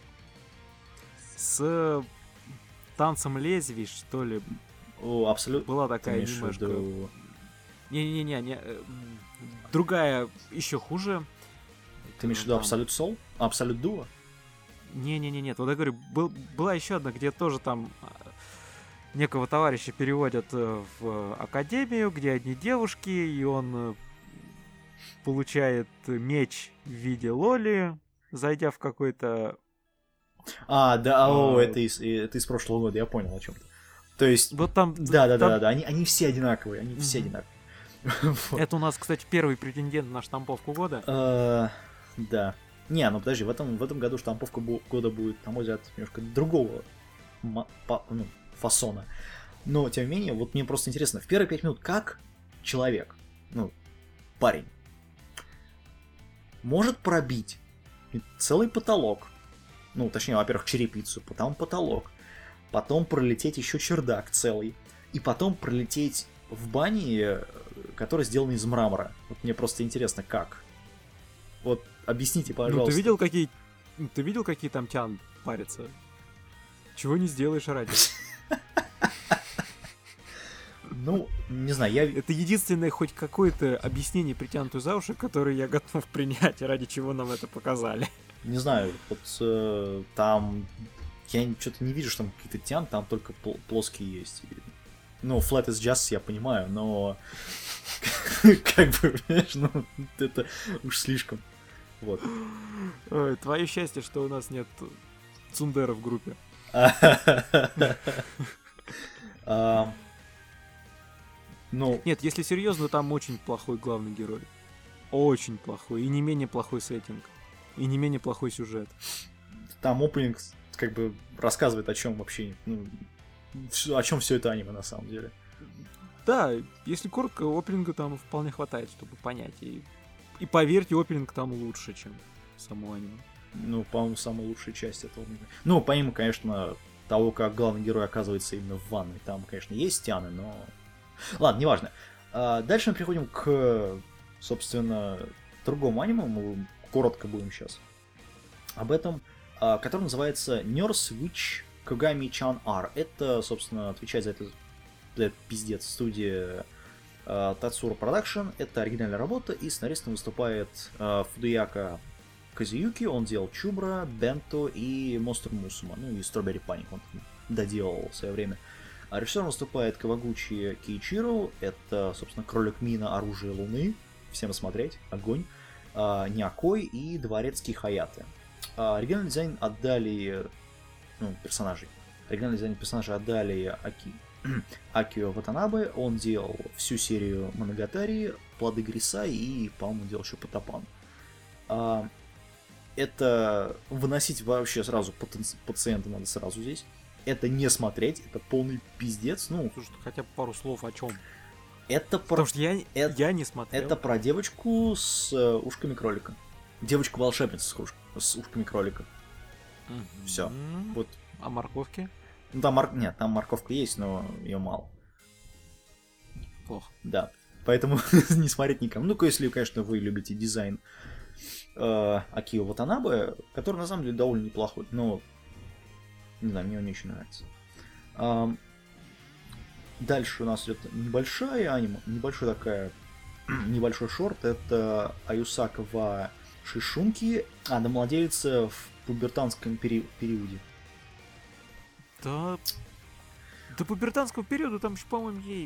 с танцем лезвий, что ли. О, абсолютно. Была такая имеешь в немножко... виду- Не-не-не, не, э, м, другая еще хуже. Ты имеешь в виду Там- Абсолют Сол? Абсолют Дуо? Не-не-не, вот я говорю, был, была еще одна, где тоже там а, некого товарища переводят э, в академию, где одни девушки, и он э, получает меч в виде лоли, зайдя в какой-то... А, да, о, А. это из, это из прошлого года, я понял о чем-то. То есть, Вот там... да, да, там- да, да, они, они все одинаковые, они все Мгм. одинаковые. Вот. Это у нас, кстати, первый претендент на штамповку года. Э, Да. Не, ну подожди, в этом, в этом году штамповка бу- года будет, на мой взгляд, немножко другого ма- по- ну, фасона. Но, тем не менее, вот мне просто интересно, в первые пять минут как человек, ну, парень, может пробить целый потолок, ну, точнее, во-первых, черепицу, потом потолок, потом пролететь еще чердак целый, и потом пролететь в бане, э, которая сделана из мрамора. Вот мне просто интересно, как? Вот объясните, пожалуйста. Ну, ты видел, какие... Ты видел, какие там тян парятся? Чего не сделаешь ради? Ну, не знаю, я... Это единственное хоть какое-то объяснение, притянутое за уши, которое я готов принять, ради чего нам это показали. Не знаю, вот э, там... Я что-то не вижу, что там какие-то тян, там только пл- плоские есть. И- Ну, Flat is Just я понимаю, но... Как бы, понимаешь, ну, это уж слишком. Вот. Ой, твое счастье, что у нас нет цундера в группе. А, Ну, Нет, если серьезно, там очень плохой главный герой. Очень плохой. И не менее плохой сеттинг. И не менее плохой сюжет. там опенинг как бы рассказывает о чем вообще, ну, всё- о чем все это аниме на самом деле. Да, если коротко, опенинга там вполне хватает, чтобы понять. И, и поверьте, опенинг там лучше, чем само аниме. Ну, по-моему, самая лучшая часть этого аниме. Ну, помимо, конечно, того, как главный герой оказывается именно в ванной. Там, конечно, есть тяны, но... Ладно, неважно. А, дальше мы переходим к, собственно, другому аниме. Мы коротко будем сейчас об этом. а, Который называется Nurse Witch Kogami-chan R. Это, собственно, отвечает за это, за этот пиздец студия а, Tatsuro Production. Это оригинальная работа, и сценаристом выступает а, Фудуяка Казуюки. Он делал Чубра, Бенто и Монстр Мусума. Ну и Strawberry Panic он доделал в свое время. А режиссером выступает Кавагучи Кейичиро. Это, собственно, Кролик Мина, Оружие Луны. Всем смотреть. Огонь. А, Някой и Дворецкий Хаяте. А, оригинальный дизайн отдали... Ну, персонажей. Оригинальный дизайн персонажей отдали Аки... Акио Ватанабе. Он делал всю серию Моногатари, Плоды Гриса и, по-моему, делал еще Потапан. А, это выносить вообще сразу потенци... пациента надо сразу здесь. Это не смотреть, это полный пиздец. Ну, Слушай, хотя бы пару слов о чем. это про... Потому что я, это- я не смотрел. Это про девочку с э, ушками кролика. Девочку-волшебницу с, уш- с ушками кролика. Мгм. всё. Вот. А морковки? Ну, там мор... Нет, там морковка есть, но ее мало. Плохо. Да. Поэтому не смотреть никому. Ну, если, конечно, вы любите дизайн э, Акио Ватанабе, который на самом деле довольно неплохой, но не знаю, мне он не очень нравится. А, дальше у нас идет небольшая аниме, небольшая такая, небольшой шорт, это Аюсака ва Шишунки, а домладелица в пубертанском пери- периоде. Да. До пубертанского периода там же, по-моему, ей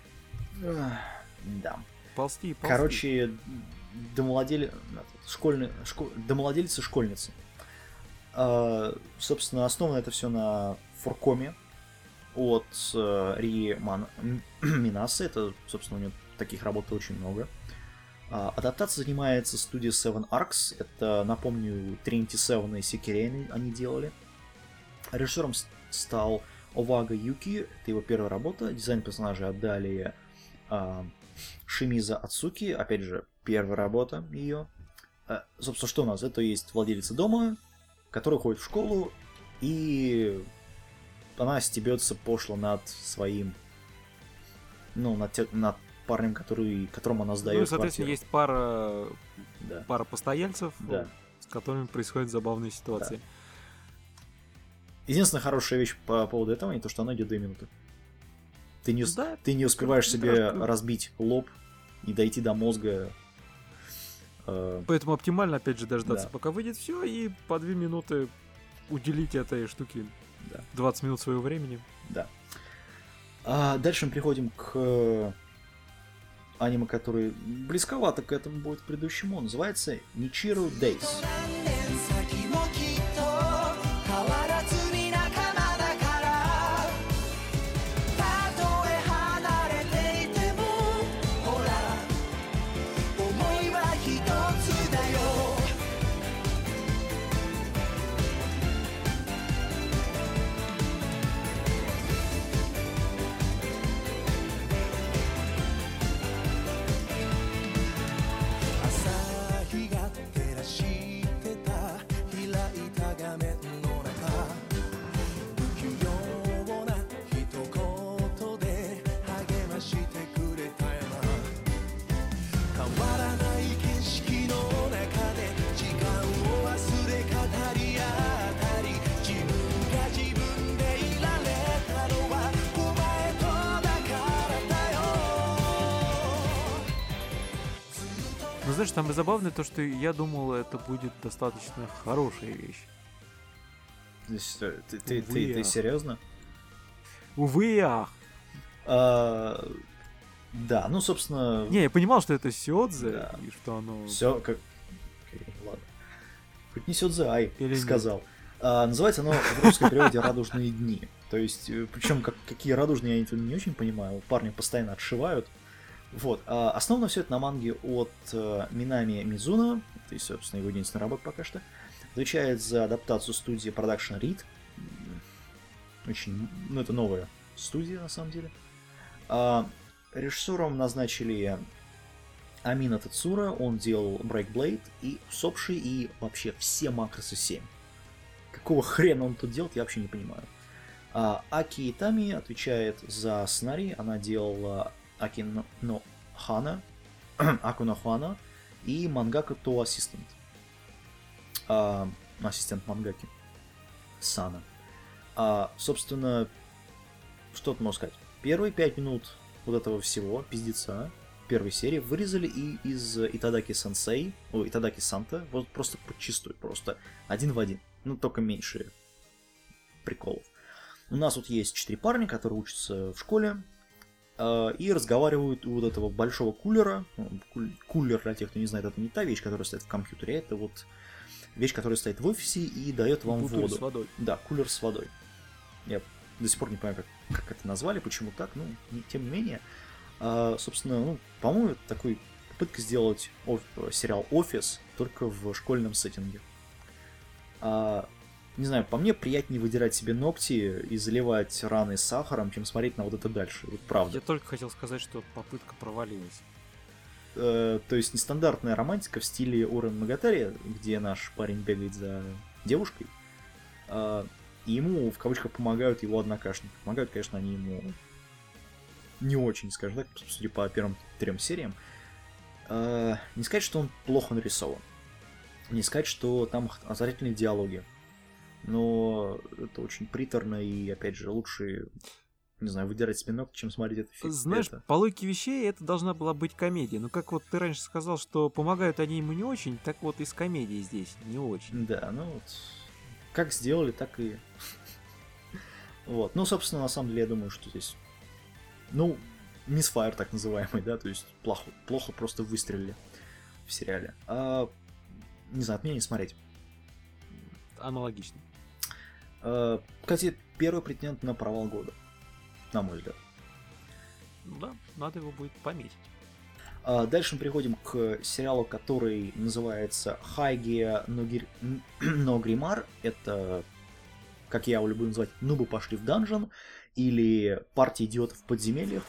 Да. ползти и ползти. Короче, домладели... школьный... шко... домладелица школьницы. А, собственно, основано это все на форкоме от uh, Ри Ман... Минасы. Это, собственно, у него таких работ очень много. А, адаптация занимается студия Seven Arcs. Это, напомню, Trinity Seven и Секирейн они делали. Режиссером стал Овага Юки. Это его первая работа. Дизайн персонажей отдали а, Шимиза Ацуки. Опять же, первая работа ее. А, собственно, что у нас? Это есть владелица дома, которая ходит в школу, и она стебется пошло над своим, ну, над, те, над парнем, который, которому она сдает. Ну, соответственно, квартиру. есть пара, Да. пара постояльцев, Да. с которыми происходят забавные ситуации. Да. Единственная хорошая вещь по поводу этого, не то, что она идет две минуты. Ты не, Да, ты не успеваешь как- себе даже- разбить лоб и дойти до мозга. Э, Поэтому оптимально, опять же, дождаться, Да. пока выйдет все, и по две минуты уделить этой штуке Да. двадцать минут своего времени. Да. А дальше мы переходим к аниме, который близковато к этому будет предыдущему. Он называется Nichiru Days. 何年先もきっと変わらずに仲間だからたとえ離れていてもほら思いは一つだよ 朝日が照らしてた開いた画面の中不器用な一言で励ましてくれたよな変わらない景色の中で時間を忘れ語り合ったり自分が自分でいられたのはお前とだからだよ Но знаешь, там забавно то, что я думал, это будет достаточно хорошая вещь. Здесь, э, Ты, ты, Увы, ты, ты ах. серьезно? Увы и ах. А, да, ну, собственно, Не, я понимал, что это Сиодзе, Да. и что оно... все как... Окей, ладно. Хоть не Сёдзе, ай, Или нет? сказал. А, называется оно в русском переводе «Радужные дни». То есть, причем как, какие радужные, я не, не очень понимаю. Парни постоянно отшивают. Вот. А, основано все это на манге от э, Минами Мизуна. То есть, собственно, его единственная работа пока что. Отвечает за адаптацию студии Production Read. Очень... Ну, это новая студия, на самом деле. А, режиссером назначили Амина Тецура. Он делал Break Blade и Сопши, и вообще все макросы семь. Какого хрена он тут делает, я вообще не понимаю. А, Аки Итами отвечает за сценарий. Она делала Аки но, но Хана, Аку но Хана и Мангака То Ассистент. А, ассистент мангаки. Сана. А, собственно, что тут можно сказать? Первые пять минут вот этого всего, пиздеца, первой серии, вырезали и из Итадаки Сенсей, о, Итадаки Санта, вот просто подчистую, просто один в один. Ну, только меньше приколов. У нас вот есть четыре парня, которые учатся в школе, э, и разговаривают у вот этого большого кулера. Ну, куль- Кулер, для тех, кто не знает, это не та вещь, которая стоит в компьютере, это вот вещь, которая стоит в офисе и дает вам Бутыль воду. с водой. Да, кулер с водой. Я до сих пор не понимаю, как, как это назвали, почему так, ну, не- тем не менее. А, собственно, ну, по-моему, это такой попытка сделать оф- сериал «Офис» только в школьном сеттинге. А, не знаю, по мне приятнее выдирать себе ногти и заливать раны сахаром, чем смотреть на вот это дальше. Вот правда. Я только хотел сказать, что попытка провалилась. Э, то есть нестандартная романтика в стиле Урен Магатари, где наш парень бегает за девушкой, э, и ему, в кавычках, помогают его однокашники. Помогают, конечно, они ему не очень, скажем так, судя по первым трем сериям. Э, не сказать, что он плохо нарисован. Не сказать, что там озарительные диалоги. Но это очень приторно, и, опять же, лучше, не знаю, выдирать спинок, чем смотреть этот фильм. Знаешь, это. по логике вещей это должна была быть комедия. Но как вот ты раньше сказал, что помогают они ему не очень, так вот и с комедией здесь не очень. Да, ну вот, как сделали, так и... Вот, ну, собственно, на самом деле, я думаю, что здесь... Ну, мисфайр так называемый, да, то есть плохо, плохо просто выстрелили в сериале. А, не знаю, от меня не смотреть. Аналогично. А, кстати, первый претендент на провал года, на мой взгляд. Да, надо его будет пометить. А дальше мы переходим к сериалу, который называется Хайге но Гримар. Это, как я его люблю называть, «Нубы пошли в данжен» или «Партия идиотов в подземельях».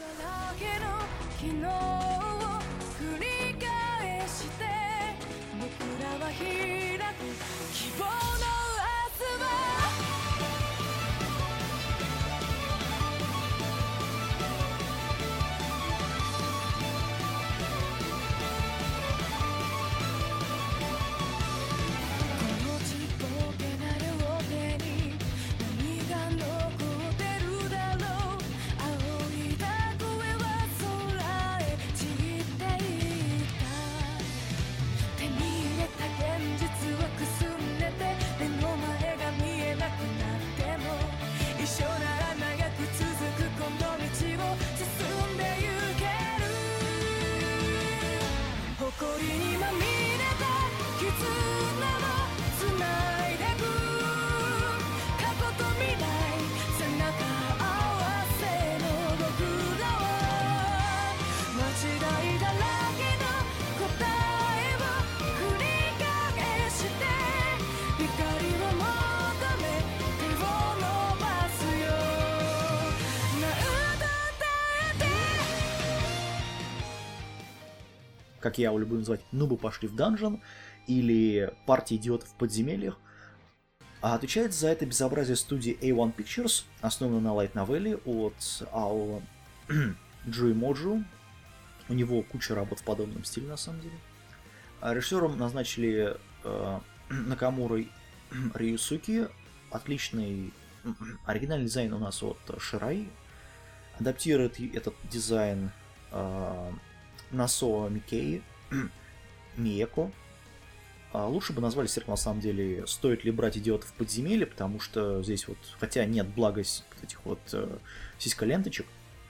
Как я его люблю называть, «Нубы пошли в данжен» или «Партия идиотов в подземельях». А отвечает за это безобразие студии эй один Pictures, основанной на лайт-новелле от Ао Джуи Моджу. У него куча работ в подобном стиле, на самом деле. А режиссером назначили э, Накамура Рюсуки. Отличный оригинальный дизайн у нас от Ширай. Адаптирует этот дизайн э, Насо Микей, Миеко. А лучше бы назвали сериал, на самом деле, «Стоит ли брать идиотов в подземелье», потому что здесь вот, хотя нет блага этих вот э, сиськоленточек,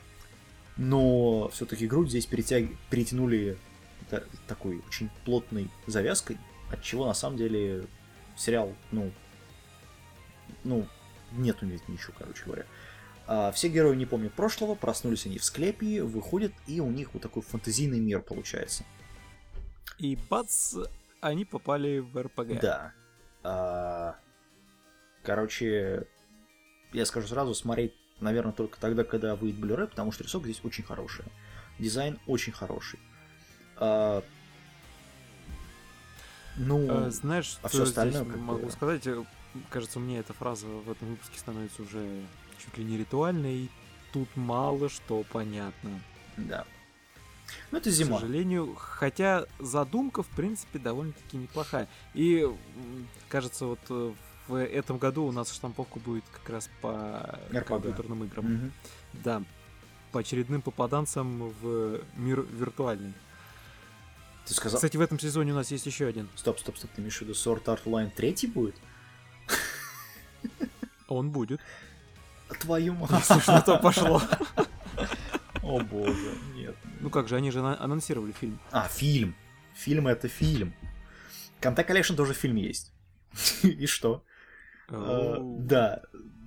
но все-таки грудь здесь перетяг... перетянули та... такой очень плотной завязкой, от чего на самом деле сериал, ну, ну, нету ничего, короче говоря. А все герои не помнят прошлого, проснулись они в склепе, выходят, и у них вот такой фэнтезийный мир получается. И бац, они попали в эр пи джи. Да. А... Короче, я скажу сразу, смотреть, наверное, только тогда, когда выйдет Blu-ray, потому что рисунок здесь очень хороший. Дизайн очень хороший. А... Ну, а, знаешь, а все остальное, здесь как могу бы... сказать, кажется, мне эта фраза в этом выпуске становится уже чуть ли не ритуальной, и тут мало что понятно. Да. Ну, это зима. К сожалению, хотя задумка, в принципе, довольно-таки неплохая. И, кажется, вот в этом году у нас штамповка будет как раз по эр пи джи. Компьютерным играм. Mm-hmm. Да. По очередным попаданцам в мир виртуальный. Ты сказал... Кстати, в этом сезоне у нас есть еще один. Стоп, стоп, стоп, ты имеешь в виду Sword Art Online третий будет? Он будет. Твою мать. Если что-то пошло. О боже, нет. Ну как же, они же анонсировали фильм. А, фильм. Фильм — это фильм. Contact Collection тоже фильм есть. И что? Да.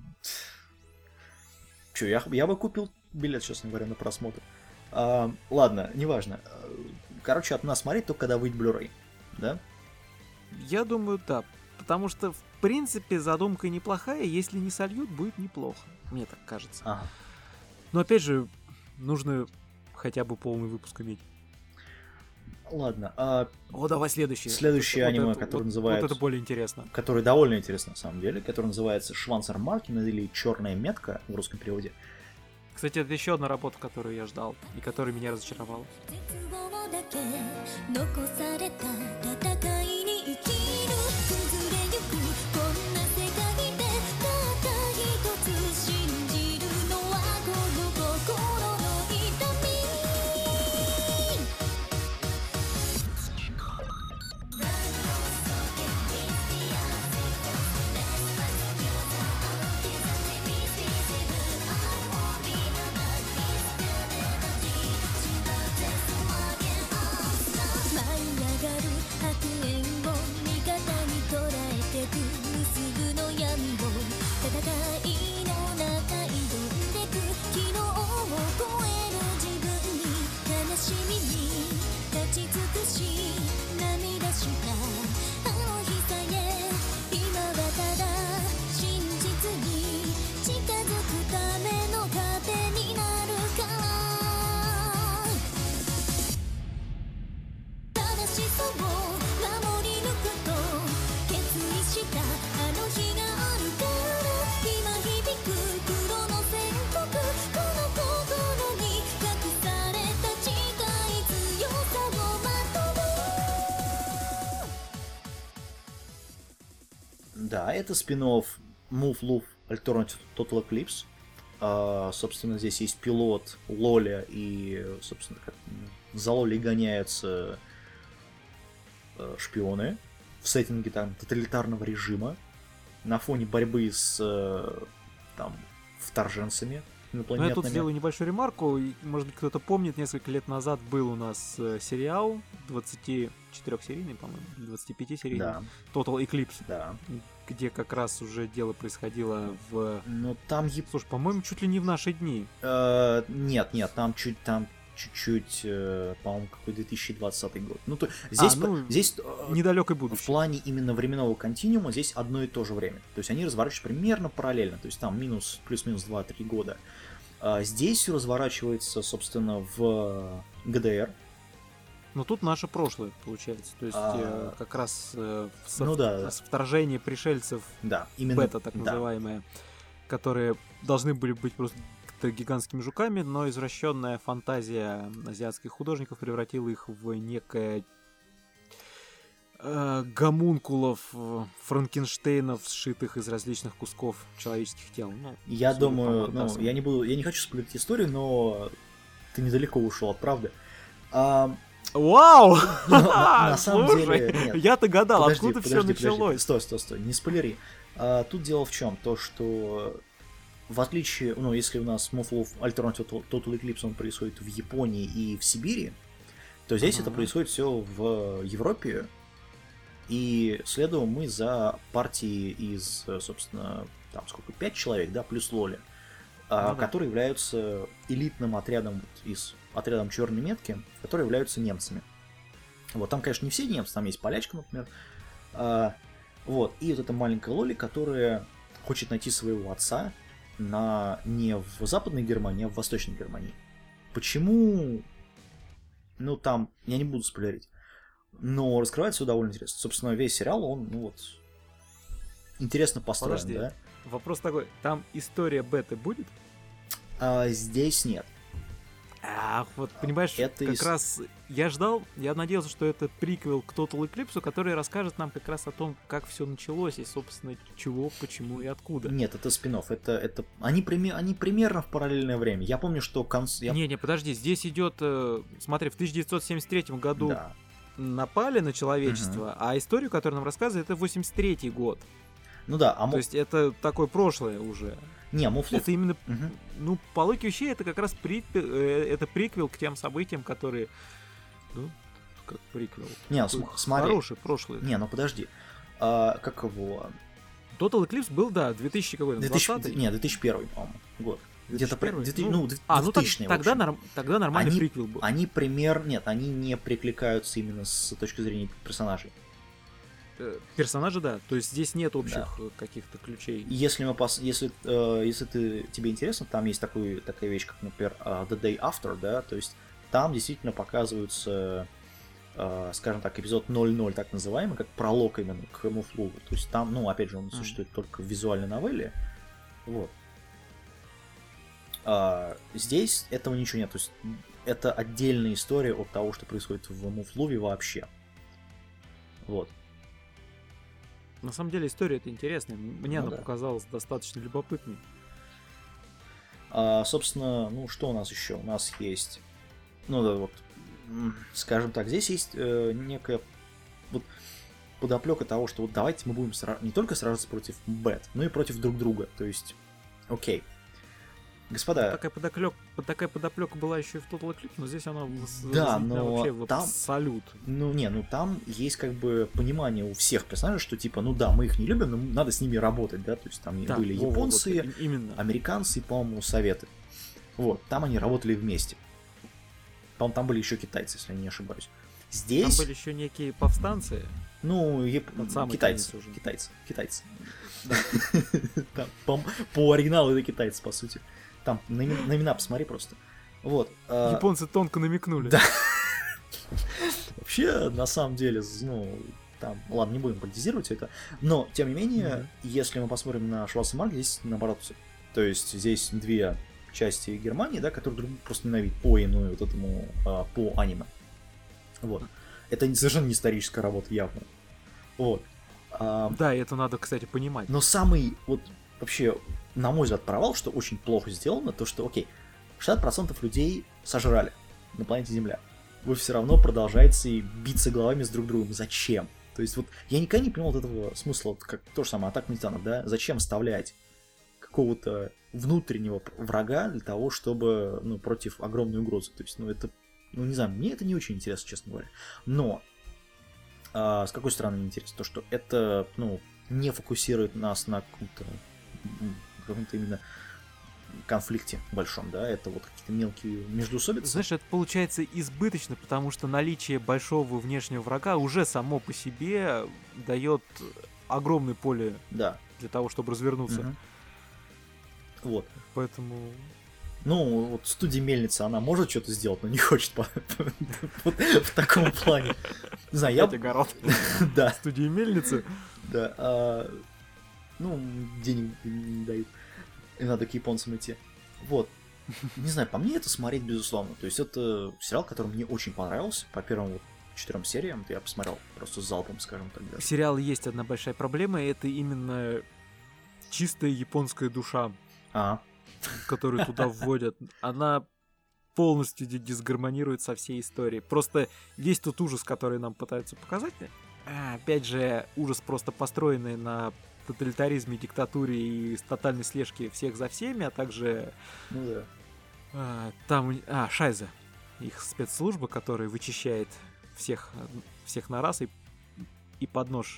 Че, я бы купил билет, честно говоря, на просмотр. Ладно, неважно. Короче, от нас смотреть только когда выйдет Blu-ray. Да? Я думаю, да. Потому что, в принципе, задумка неплохая. Если не сольют, будет неплохо. Мне так кажется. Ага. Но опять же, нужно хотя бы полный выпуск иметь. Ладно. А... О, давай следующее. Следующее вот аниме, это, которое вот, называется... Вот это более интересно. Которое довольно интересно, на самом деле. Которое называется «Шванцер Маркин» или «Черная метка» в русском переводе. Кстати, это еще одна работа, которую я ждал, и которая меня разочаровала. 絶望だけ残された戦いに生きる崩れゆくこんな世界でたった一つ信じるのはこの心の痛み 舞い上がる白煙を味方に捉えてく結ぶの闇を戦いの中挑んでく昨日を超える自分に悲しみに立ち尽くし涙したあの日さえ今はただ真実に近づくための糧になるから正しさを守り抜くと決意したあの日があるから今響く黒の宣告この心に隠された誓い強さをまとう Да, это спин-офф Move Love Alternative Total Eclipse. А, собственно, здесь есть пилот Лоля, и, собственно, как за Лолей гоняются э, шпионы в сеттинге там тоталитарного режима на фоне борьбы с э, там вторженцами Но инопланетными. я тут сделаю небольшую ремарку. И, может быть, кто-то помнит, несколько лет назад был у нас э, сериал двадцатичетырёхсерийный, по-моему, двадцатипятисерийный, Да, Total Eclipse, да. где как раз уже дело происходило в... Но там еп- Слушай, по-моему, чуть ли не в наши дни. Э, нет, нет, там чуть там чуть-чуть, э, по-моему, какой две тысячи двадцатый год. Ну, то здесь, А, ну, по- здесь э, Недалекой в будущее. плане именно временного континуума здесь одно и то же время. То есть они разворачиваются примерно параллельно. То есть там минус, плюс-минус два-три года. А здесь все разворачивается, собственно, в ГДР. Но тут наше прошлое, получается. То есть А, э, как раз э, со- ну да. с вторжение пришельцев, Да, именно. бета так да. называемые, которые должны были быть просто гигантскими жуками, но извращенная фантазия азиатских художников превратила их в некое э, гомункулов, э, Франкенштейнов, сшитых из различных кусков человеческих тел. Ну, Я судя по думаю, ну, мордасам. я не буду, я не хочу спойлерить историю, но ты недалеко ушел от правды. А, Вау! ну, на, на самом Слушай, деле, нет. я-то гадал, Подожди, откуда подожди, все подожди. началось. Стой, стой, стой, не спойлери. А, тут дело в чем? То, что в отличие, ну, если у нас Move Love Alternative Total Eclipse, он происходит в Японии и в Сибири, то здесь Ага. это происходит все в Европе, и следуем мы за партией из, собственно, там сколько, пять человек, да, плюс Лоли, а, Ну да. которые являются элитным отрядом вот из отрядом черной метки, которые являются немцами. Вот, там, конечно, не все немцы, там есть полячка, например. А, вот, и вот эта маленькая Лоли, которая хочет найти своего отца на не в Западной Германии, а в Восточной Германии. Почему? Ну, там, я не буду спойлерить. Но раскрывается все довольно интересно. Собственно, весь сериал, он, ну вот, интересно построен, Подожди. да? Вопрос такой, там история беты будет? А здесь нет. Ах, вот, понимаешь, это как из- раз я ждал, я надеялся, что это приквел к Total Eclipse, который расскажет нам как раз о том, как все началось и, собственно, чего, почему и откуда. Нет, это спин-офф. Это, это... Они, прими- они примерно в параллельное время. Я помню, что конц... я- Не-не, подожди, здесь идет, э, смотри, в тысяча девятьсот семьдесят третьем году Да. напали на человечество, а историю, которую нам рассказывает, это восемьдесят третий год. Ну да, а То Mo- есть это такое прошлое уже. Не, Move Love- Это именно, Мгм. ну, по логике вещей, это как раз приквел, э, это приквел к тем событиям, которые, ну, как приквел. Не, Такой см- смотри. Хороший прошлый. Не, ну подожди. А, как его? Total Eclipse был, да, две тысячи какой-то, две тысячи... двадцатый? Не, две тысячи первый, по-моему, год. Где-то при- две тысячи две тысячи- первый? ну, две- А, ну так- двухтысячный, в тогда, общем. норм- тогда нормальный Они- приквел был. Они пример... Нет, они не прикликаются именно с точки зрения персонажей. Э, Персонажи, да, то есть здесь нет общих э, каких-то ключей. Если мы пос... если, э, если ты... тебе интересно, там есть такой... такая вещь, как, например, э, The Day After, да, то есть там действительно показываются, э, скажем так, эпизод ноль ноль, так называемый, как пролог именно к Move Love. То есть там, ну, опять же, он существует только в визуальной новелле. Вот. А, здесь этого ничего нет. То есть это отдельная история от того, что происходит в Муфлуве вообще. Вот. На самом деле история это интересная. Мне Ну она да. показалась достаточно любопытной. А, собственно, ну что у нас еще? У нас есть, ну да, вот, м, скажем так, здесь есть э, некая вот подоплека того, что вот давайте мы будем сра- не только сражаться против Бэт, но и против друг друга. То есть, окей. Господа, Такая подоплека, такая подоплека была еще и в Total Eclipse, но здесь она воз- Да, возведена но вообще в там- абсолют. ну не, ну там есть как бы понимание у всех персонажей, что типа, ну да, мы их не любим, но надо с ними работать, да, то есть там Да, были во-во, японцы, вот, и- именно. американцы и, по-моему, советы. Вот, там они работали вместе. По-моему, там были еще китайцы, если я не ошибаюсь. Там Здесь, были еще некие повстанцы. ну, яп- Под самый китайцы, конец уже. китайцы, китайцы. Там, по, по оригиналу это китайцы, по сути. Там на, имен- на имена посмотри просто. Вот. а, Японцы тонко намекнули. Да. Вообще, на самом деле, ну, там, ладно, не будем политизировать это, но, тем не менее, Мгм. если мы посмотрим на Шварценберга, здесь наоборот всё. То есть здесь две части Германии, да, которые друг друга просто ненавидят по иную вот этому, а, по аниме. Вот. Это не- совершенно не историческая работа, явно. Вот. А, Да, и это надо, кстати, понимать. но самый, вот, вообще, на мой взгляд, провал, что очень плохо сделано, то, что, окей, шестьдесят процентов людей сожрали на планете Земля. Вы все равно продолжаете и биться головами с друг другом. Зачем? То есть, вот, я никогда не понимал вот этого смысла, вот, как то же самое, Атака на Титанов, да? Зачем вставлять какого-то внутреннего врага для того, чтобы, ну, против огромной угрозы? То есть, ну, это, ну, не знаю, мне это не очень интересно, честно говоря. Но, а, с какой стороны не интересно? То, что это, ну, не фокусирует нас на каком-то, м, каком-то именно конфликте большом, да, это вот какие-то мелкие междоусобицы. Знаешь, это получается избыточно, потому что наличие большого внешнего врага уже само по себе дает огромное поле Да. для того, чтобы развернуться. Мгм. Вот. Поэтому Ну, вот студия Мельница, она может что-то сделать, но не хочет по- вот в таком плане. Не знаю, я... опять огород. Да, Студии Мельницы. да. а, Ну, денег не дают. И надо к японцам идти. Вот. Не знаю, по мне это смотреть, безусловно. То есть это сериал, который мне очень понравился. По первым вот четырем сериям я посмотрел просто с залпом, скажем так. У Даже. сериала есть одна большая проблема, и это именно чистая японская душа, А, которую туда вводят. Она полностью ди- дисгармонирует со всей историей. Просто весь тот ужас, который нам пытаются показать, а, опять же, ужас просто построенный на тоталитаризме, диктатуре и тотальной слежке всех за всеми, а также ну да. а, там, а, Шайза, их спецслужба, которая вычищает всех, всех на раз и, и под нож.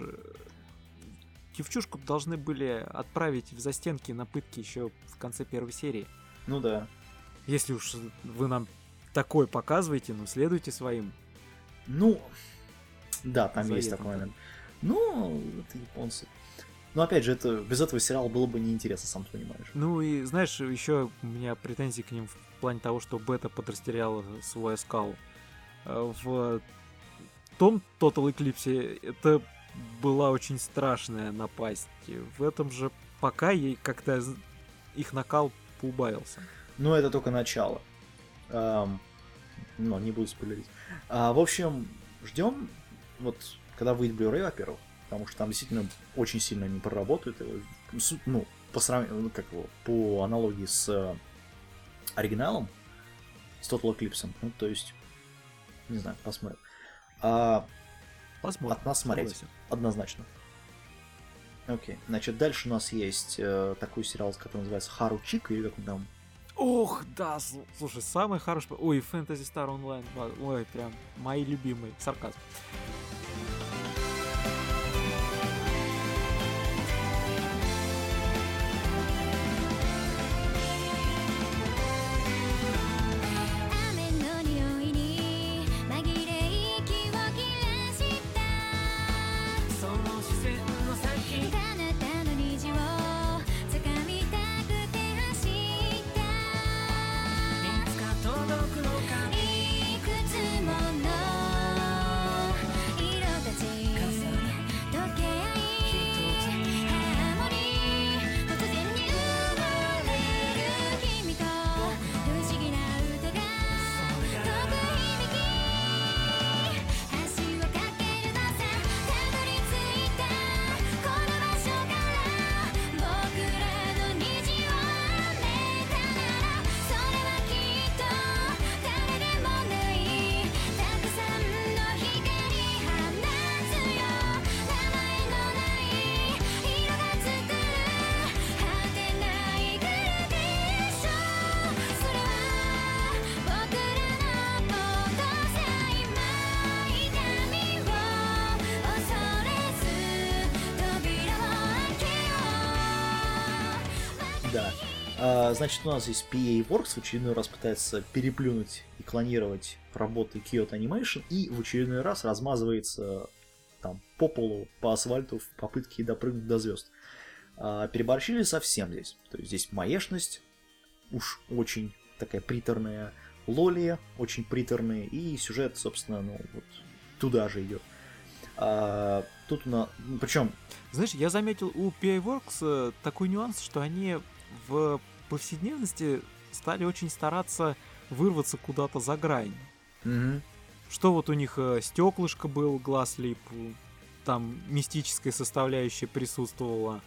Девчушку должны были отправить в застенки на пытки еще в конце первой серии. Ну да. Если уж вы нам такое показываете, ну следуйте своим. Ну, да, там есть Заветом. такой момент. Ну, это японцы. Но опять же, это без этого сериала было бы неинтересно, сам ты понимаешь. Ну и знаешь, еще у меня претензии к ним в плане того, что Бета подрастеряла свой оскал. Э, В том Total Eclipse это была очень страшная напасть. В этом же пока ей как-то з- их накал поубавился. Но это только начало. Ам, но не буду спойлерить. А, в общем, ждем, вот, когда выйдет Blu-ray, во-первых, потому что там действительно очень сильно они проработают его. Су- Ну, по сравнению, ну, как его, по аналогии с э, оригиналом, с Total Eclipse. Ну, то есть, не знаю, посмотрим. А, Посмотрим. от нас смотреть. Согласен. Однозначно. Окей. Значит, дальше у нас есть э, такой сериал, который называется Хару Чика, или как он там. Ох, да, сл- слушай, самый хороший... Ой, Fantasy Star Online. ва- Ой, прям мои любимые. Сарказм. 雨の匂いに紛れ息を切らしたその視線の先彼方の虹を掴みたくて走ったいつか届くのかいくつもの Да. А, значит, у нас здесь пи эй Works в очередной раз пытается переплюнуть и клонировать работы Kyoto Animation и в очередной раз размазывается там по полу, по асфальту в попытке допрыгнуть до звезд. А, переборщили совсем здесь. То есть здесь маешность уж очень такая приторная, лоли очень приторные, и сюжет, собственно, ну вот туда же идет. А, тут у нас, причем... Знаешь, я заметил у пи эй Works э, такой нюанс, что они в повседневности стали очень стараться вырваться куда-то за грань. Угу. Что вот у них э, стеклышко был, глаз лип, там мистическая составляющая присутствовала.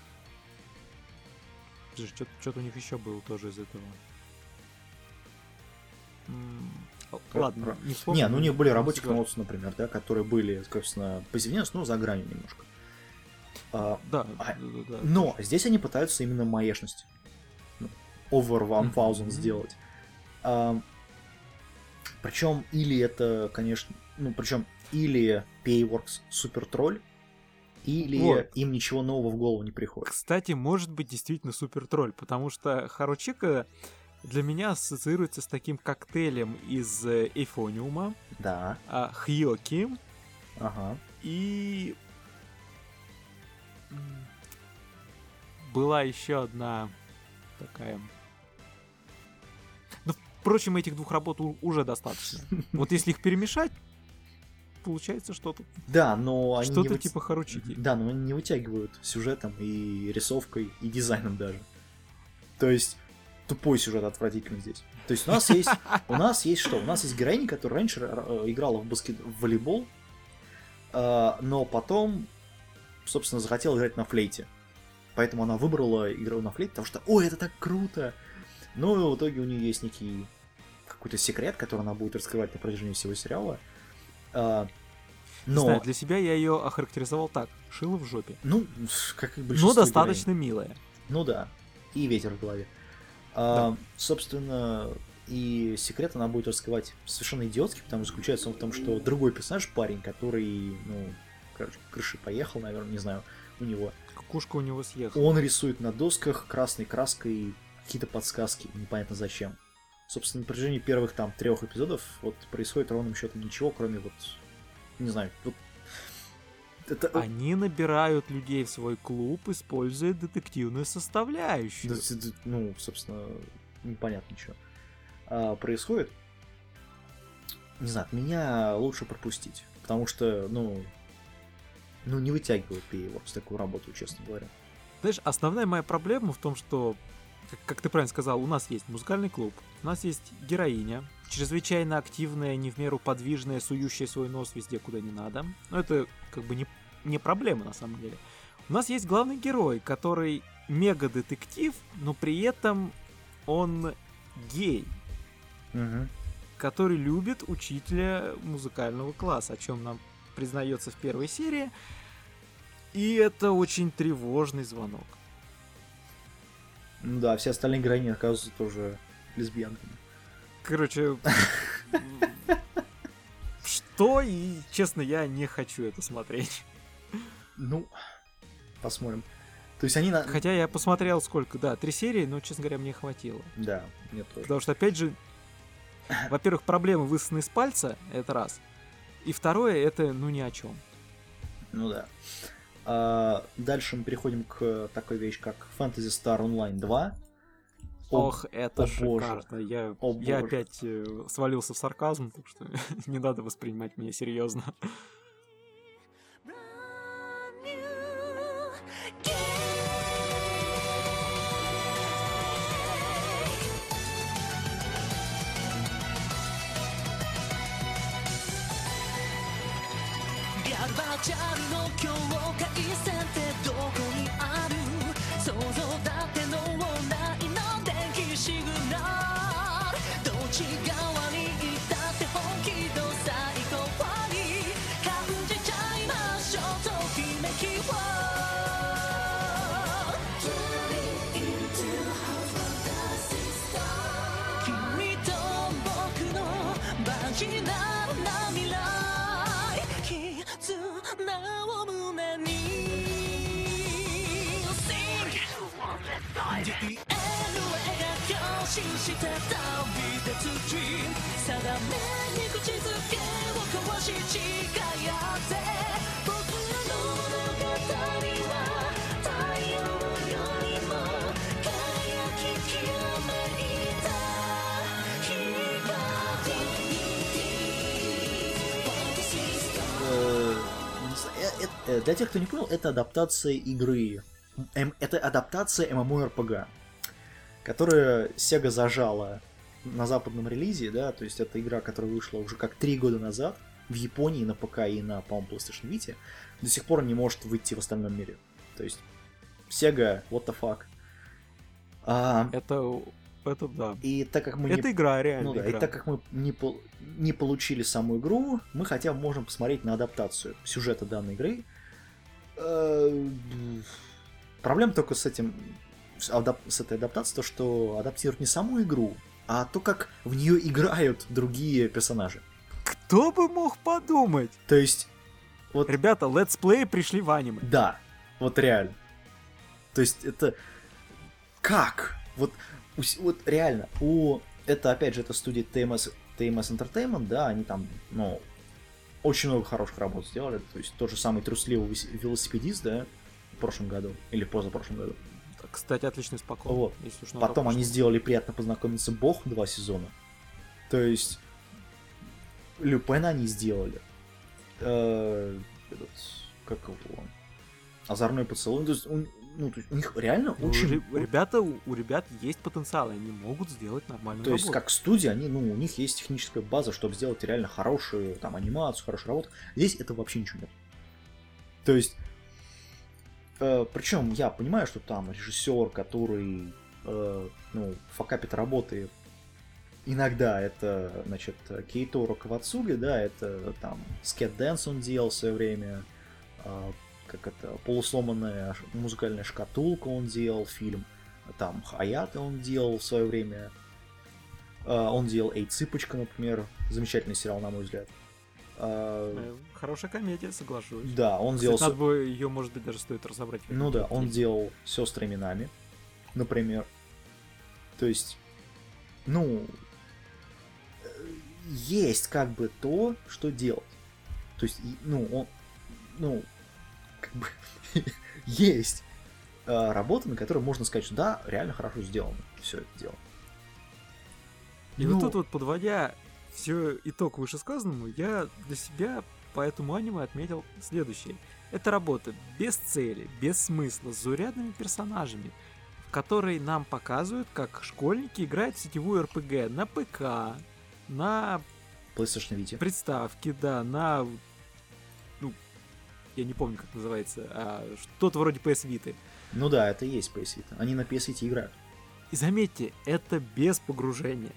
Что-то у них еще было тоже из этого. М, Ладно, не вспомню. Не, ну у них были не Robotic суть. Notes, например, да, которые были, собственно, повседневность, но за гранью немножко. А, Да, а, да, да, да. но здесь они пытаются именно маешность. Ну, over one thousand Мгм. сделать. А, причем или это, конечно, ну причем или пи эй Works супер тролль, или Вот. им ничего нового в голову не приходит. Кстати, может быть действительно супер тролль, потому что Харучика для меня ассоциируется с таким коктейлем из э, эйфониума, Да, а, хьёки ага. и м, была еще одна такая. Ну, впрочем, этих двух работ у- уже достаточно. Вот если их перемешать, получается что-то, Да, но они не что-то выт- типа Харучики. Да, но они не вытягивают сюжетом и рисовкой, и дизайном даже. То есть тупой сюжет отвратительный здесь. То есть у нас есть, у нас есть что? У нас есть героиня, которая раньше э, играла в баскет, в волейбол, э, но потом, собственно, захотела играть на флейте. Поэтому она выбрала игру на флейте, потому что, ой, это так круто! Ну и в итоге у нее есть некий какой-то секрет, который она будет раскрывать на протяжении всего сериала. Э, Не но, знаю, для себя я ее охарактеризовал так: шило в жопе. ну, как и Но большинство достаточно милая. героинь. Ну да, и ветер в голове. А, собственно, и секрет она будет раскрывать совершенно идиотский, потому что заключается он в том, что другой персонаж, парень, который, ну, короче, крыши поехал, наверное, не знаю, у него. Кукушка у него съехала. Он рисует на досках красной краской какие-то подсказки, непонятно зачем. Собственно, на протяжении первых там трех эпизодов вот происходит ровным счетом ничего, кроме вот, не знаю, вот это... Они набирают людей в свой клуб, используя детективную составляющую. Да, д- ну, собственно, непонятно ничего. А, происходит. Не знаю, от меня лучше пропустить. Потому что, ну, ну не вытягивает пи эй Works такую работу, честно говоря. Знаешь, основная моя проблема в том, что, как, как ты правильно сказал, у нас есть музыкальный клуб, у нас есть героиня, чрезвычайно активная, не в меру подвижная, сующая свой нос везде, куда не надо. Но это как бы не, не проблема на самом деле. У нас есть главный герой, который мега-детектив, но при этом он гей, Угу. который любит учителя музыкального класса, о чем нам признается в первой серии. И это очень тревожный звонок. Ну да, все остальные героини оказываются тоже лесбиянками. Короче, что, и, честно, я не хочу это смотреть. Ну, посмотрим. То есть они на... Хотя я посмотрел сколько, да, три серии, но, честно говоря, мне хватило. Да, мне тоже. Потому что, опять же, во-первых, проблемы высосаны из пальца, это раз. И второе, это, ну, ни о чем. Ну да. А, дальше мы переходим к такой вещи, как Phantasy Star Online два. О, Ох, это о боже. шикарно. Я, О я боже. опять э, свалился в сарказм, так что не надо воспринимать меня серьезно. Brand new game.ギャルバーチャルの境界線ってどこにある？想像だって脳内の電気シグナル。どっち側にいたって本気度最高に感じちゃいましょう。ときめきを君と僕のバジナルな未来絆を胸に Sing! して旅立つ Dream 定めに口づけを交わし誓い合って僕らの物語は太陽よりも輝ききらめいた Э, Для тех, кто не понял, это адаптация игры. Эм, Это адаптация MMORPG, которую Sega зажала на западном релизе, да, то есть это игра, которая вышла уже как три года назад в Японии на ПК и на, по-моему, PlayStation Vita, до сих пор не может выйти в остальном мире. То есть Sega, what the fuck. А, Это, это да. и так как мы Это не... игра, реально Ну да, игра. и так как мы не, пол- не получили саму игру, мы хотя бы можем посмотреть на адаптацию сюжета данной игры. Э, Проблема только с этим, с, адап- с этой адаптацией, то что адаптируют не саму игру, а то, как в нее играют другие персонажи. Кто бы мог подумать? То есть, вот, Ребята, летсплеи пришли в аниме. да, вот реально. То есть, это... Как? Вот, у с- вот реально, у... Это, опять же, это студия ти эм эс, ти эм эс Entertainment, да, они там, ну, очень много хороших работ сделали. То есть, тот же самый трусливый вес- велосипедист, да, в прошлом году, или позапрошлом году. Кстати, отличный спокон. Вот. Если уж на Потом то они пошло. сделали «Приятно познакомиться, Бог» два сезона. То есть, Люпена они сделали. Э, этот, как его? Озорной поцелуй. То есть, у, ну, то есть, у них реально Ну, очень... ре- ребята, у, у ребят есть потенциал, и они могут сделать нормальную То есть, работу. как студия, они, ну, у них есть техническая база, чтобы сделать реально хорошую там анимацию, хорошую работу. Здесь этого вообще ничего нет. То есть, э, причем я понимаю, что там режиссер, который, э, ну, факапит работы, иногда это, значит, Кейторо Кавацуги, да, это там Скет Дэнс он делал в свое время, э, как это, полусломанная ш- музыкальная шкатулка он делал, фильм, там Хаята он делал в свое время, э, он делал Эй Цыпочка, например, замечательный сериал, на мой взгляд. Э, Э, Хорошая комедия, соглашусь. да, он Кстати, делал... надо с- бы ее, может быть, даже стоит разобрать. в Ну да, какие-то он части. делал «Сестры Минами», например. То есть, ну, э, есть как бы то, что делать. То есть, и- ну, он, ну, как бы, есть э, работа, на которой можно сказать, что да, реально хорошо сделано все это дело. И Ну, вот тут вот, подводя все итог вышесказанному, я для себя по этому аниме отметил следующее. Это работа без цели, без смысла, с заурядными персонажами, в которой нам показывают, как школьники играют в сетевую эр пи джи на ПК, на PlayStation Vita. приставке, да, на... Ну, я не помню, как называется, а, что-то вроде пи эс Vita. Ну да, это и есть пи эс Vita. Они на пи эс Vita играют. И заметьте, это без погружения.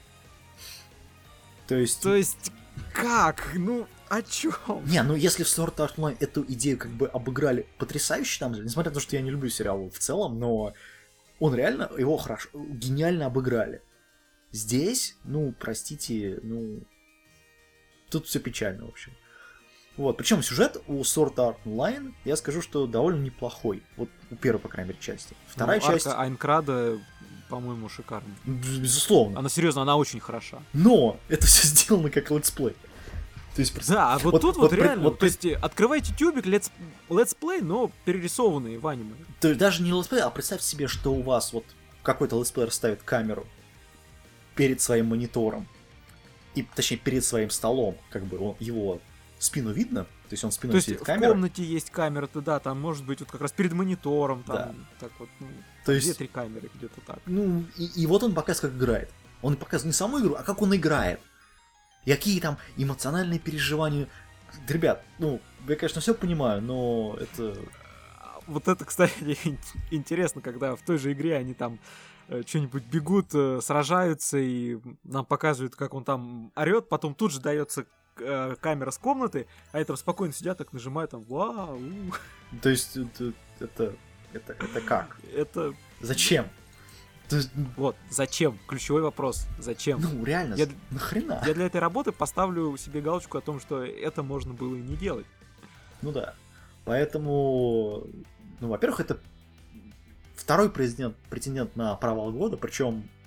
То есть... То есть, как? Ну, о чем? Не, ну если в Sword Art Online эту идею как бы обыграли потрясающе, там, несмотря на то, что я не люблю сериал в целом, но он реально, его хорошо, гениально обыграли. Здесь, ну, простите, ну, тут все печально, в общем. Вот, причем сюжет у Sword Art Online, я скажу, что довольно неплохой. Вот у первой, по крайней мере, части. Вторая Ну, часть, арка Айнкрада, по-моему, шикарная. безусловно. Она серьезно, она очень хороша. Но это все сделано как летсплей. То есть, представь, Да, а вот, Вот- тут вот вот, при- реально, вот то есть, э, открывайте тюбик, let's, let's play, но перерисованные в аниме. То есть даже не летсплей, а представьте себе, что у вас вот какой-то летсплеер ставит камеру перед своим монитором, и, точнее, перед своим столом, как бы он, его спину видно, то есть он То спиной есть сидит в камера, комнате есть камера-то, да, там может быть вот как раз перед монитором, там, Да. так вот, ну, то есть, две-три камеры где-то так. ну, и, и вот он показывает, как играет. Он показывает не саму игру, а как он играет. И какие там эмоциональные переживания. Ребят, ну, я, конечно, все понимаю, но это... Вот это, кстати, ин- интересно, когда в той же игре они там э, что-нибудь бегут, э, сражаются, и нам показывают, как он там орет, потом тут же дается э, камера с комнаты, а они там спокойно сидят, так нажимают, там, вау, у». То есть, это... Это, это, это как? Это, Зачем? То есть, вот, зачем? Ключевой вопрос, зачем? ну, реально, Я- нахрена? Я для этой работы поставлю себе галочку о том, что это можно было и не делать. Ну да. Поэтому, ну, во-первых, это второй претендент, претендент на провал года, причем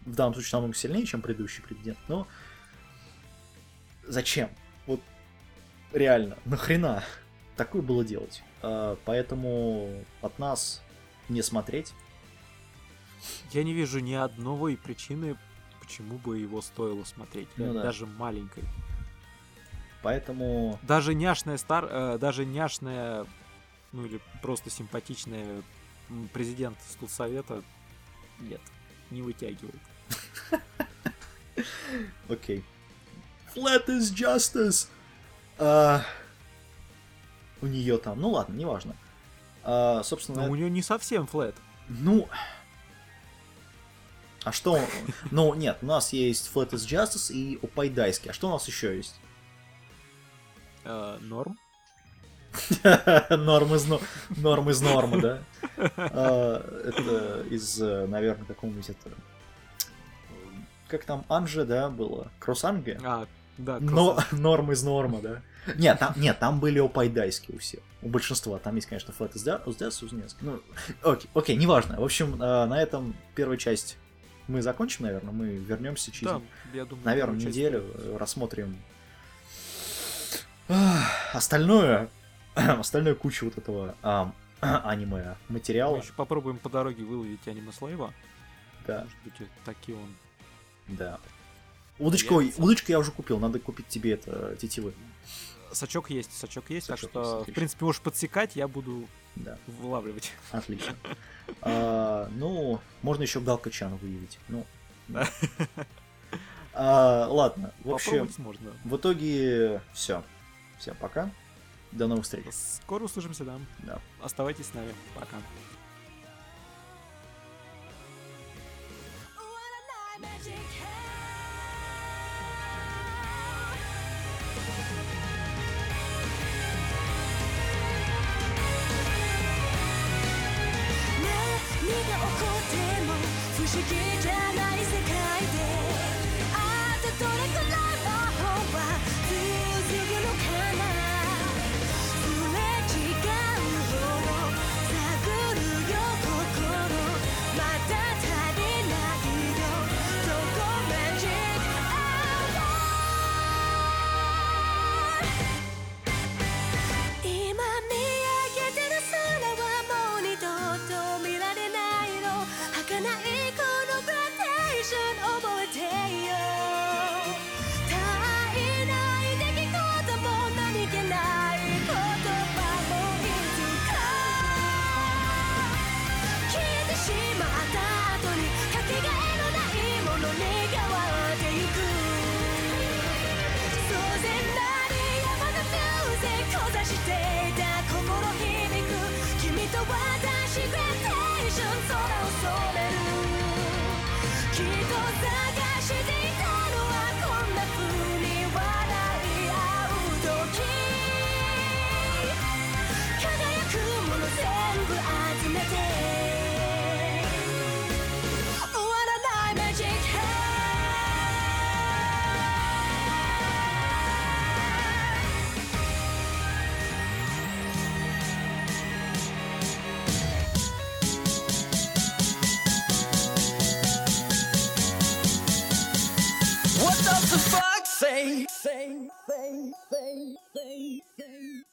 в данном случае намного сильнее, чем предыдущий претендент, но зачем? Вот реально, нахрена такое было делать? А, поэтому от нас не смотреть. Я не вижу ни одной причины, почему бы его стоило смотреть, Ну да. даже маленькой. Поэтому Даже няшная стар, э, даже няшная, ну или просто симпатичная м, президент студсовета, нет, не вытягивает. окей. Flat is justice. А, у нее там, ну ладно, неважно. А, собственно, Но у нее не совсем флэт. ну, а что? Ну нет, у нас есть Flat is justice и Опайдайский. А что у нас еще есть? Э, норм. Норм из но- норм из нормы, да? А, это из, э, наверное, какого-нибудь это. Как там Анже, да, было? Кросс-Анге? А, да, Но кросс- норм из норма, да? Нет, там, нет, там были опайдайские у всех. У большинства. Там есть, конечно, Flat is Death, Death, Death. Ну, окей, окей, неважно. В общем, э, на этом первую часть мы закончим, наверное. Мы вернемся через, Да, я думаю, наверное, вторую часть- неделю. э, Рассмотрим ах, остальное, остальную кучу вот этого ам, аниме Мы материала. еще попробуем по дороге выловить аниме Слейва. Да, Может быть, и таки он. да. Удочку, Появится. удочку я уже купил, надо купить тебе это тетивы. Сачок есть, сачок есть, Сачок так есть, что, в отлично. принципе, можешь подсекать, я буду Да, вылавливать. отлично. А, ну, можно еще Галка-чана выявить. Ну, Да. а, ладно, в общем, Попробовать можно. в итоге все. Всем пока. До новых встреч. Скоро услышимся, да. Да. Оставайтесь с нами. Пока. 何が起こっても不思議じゃない世界であとどれくらい魔法は続くのかなすれ違うほど探るよ心まだ足りないよどこマジック今見上げてる空はもう二度と見られないの儚いこのグラデーション覚えてよ絶えない出来事も何気ない言葉もいつか消えてしまった後にかけがえのないものに変わってゆくそうでなり山の偶然閉ざしていた心響く君と私グラデーション空を染めるきっと探していたのはこんな風に笑い合う時輝くもの全部集めて終わらないマジックWhat does the fuck say? Say, say, say, say, say.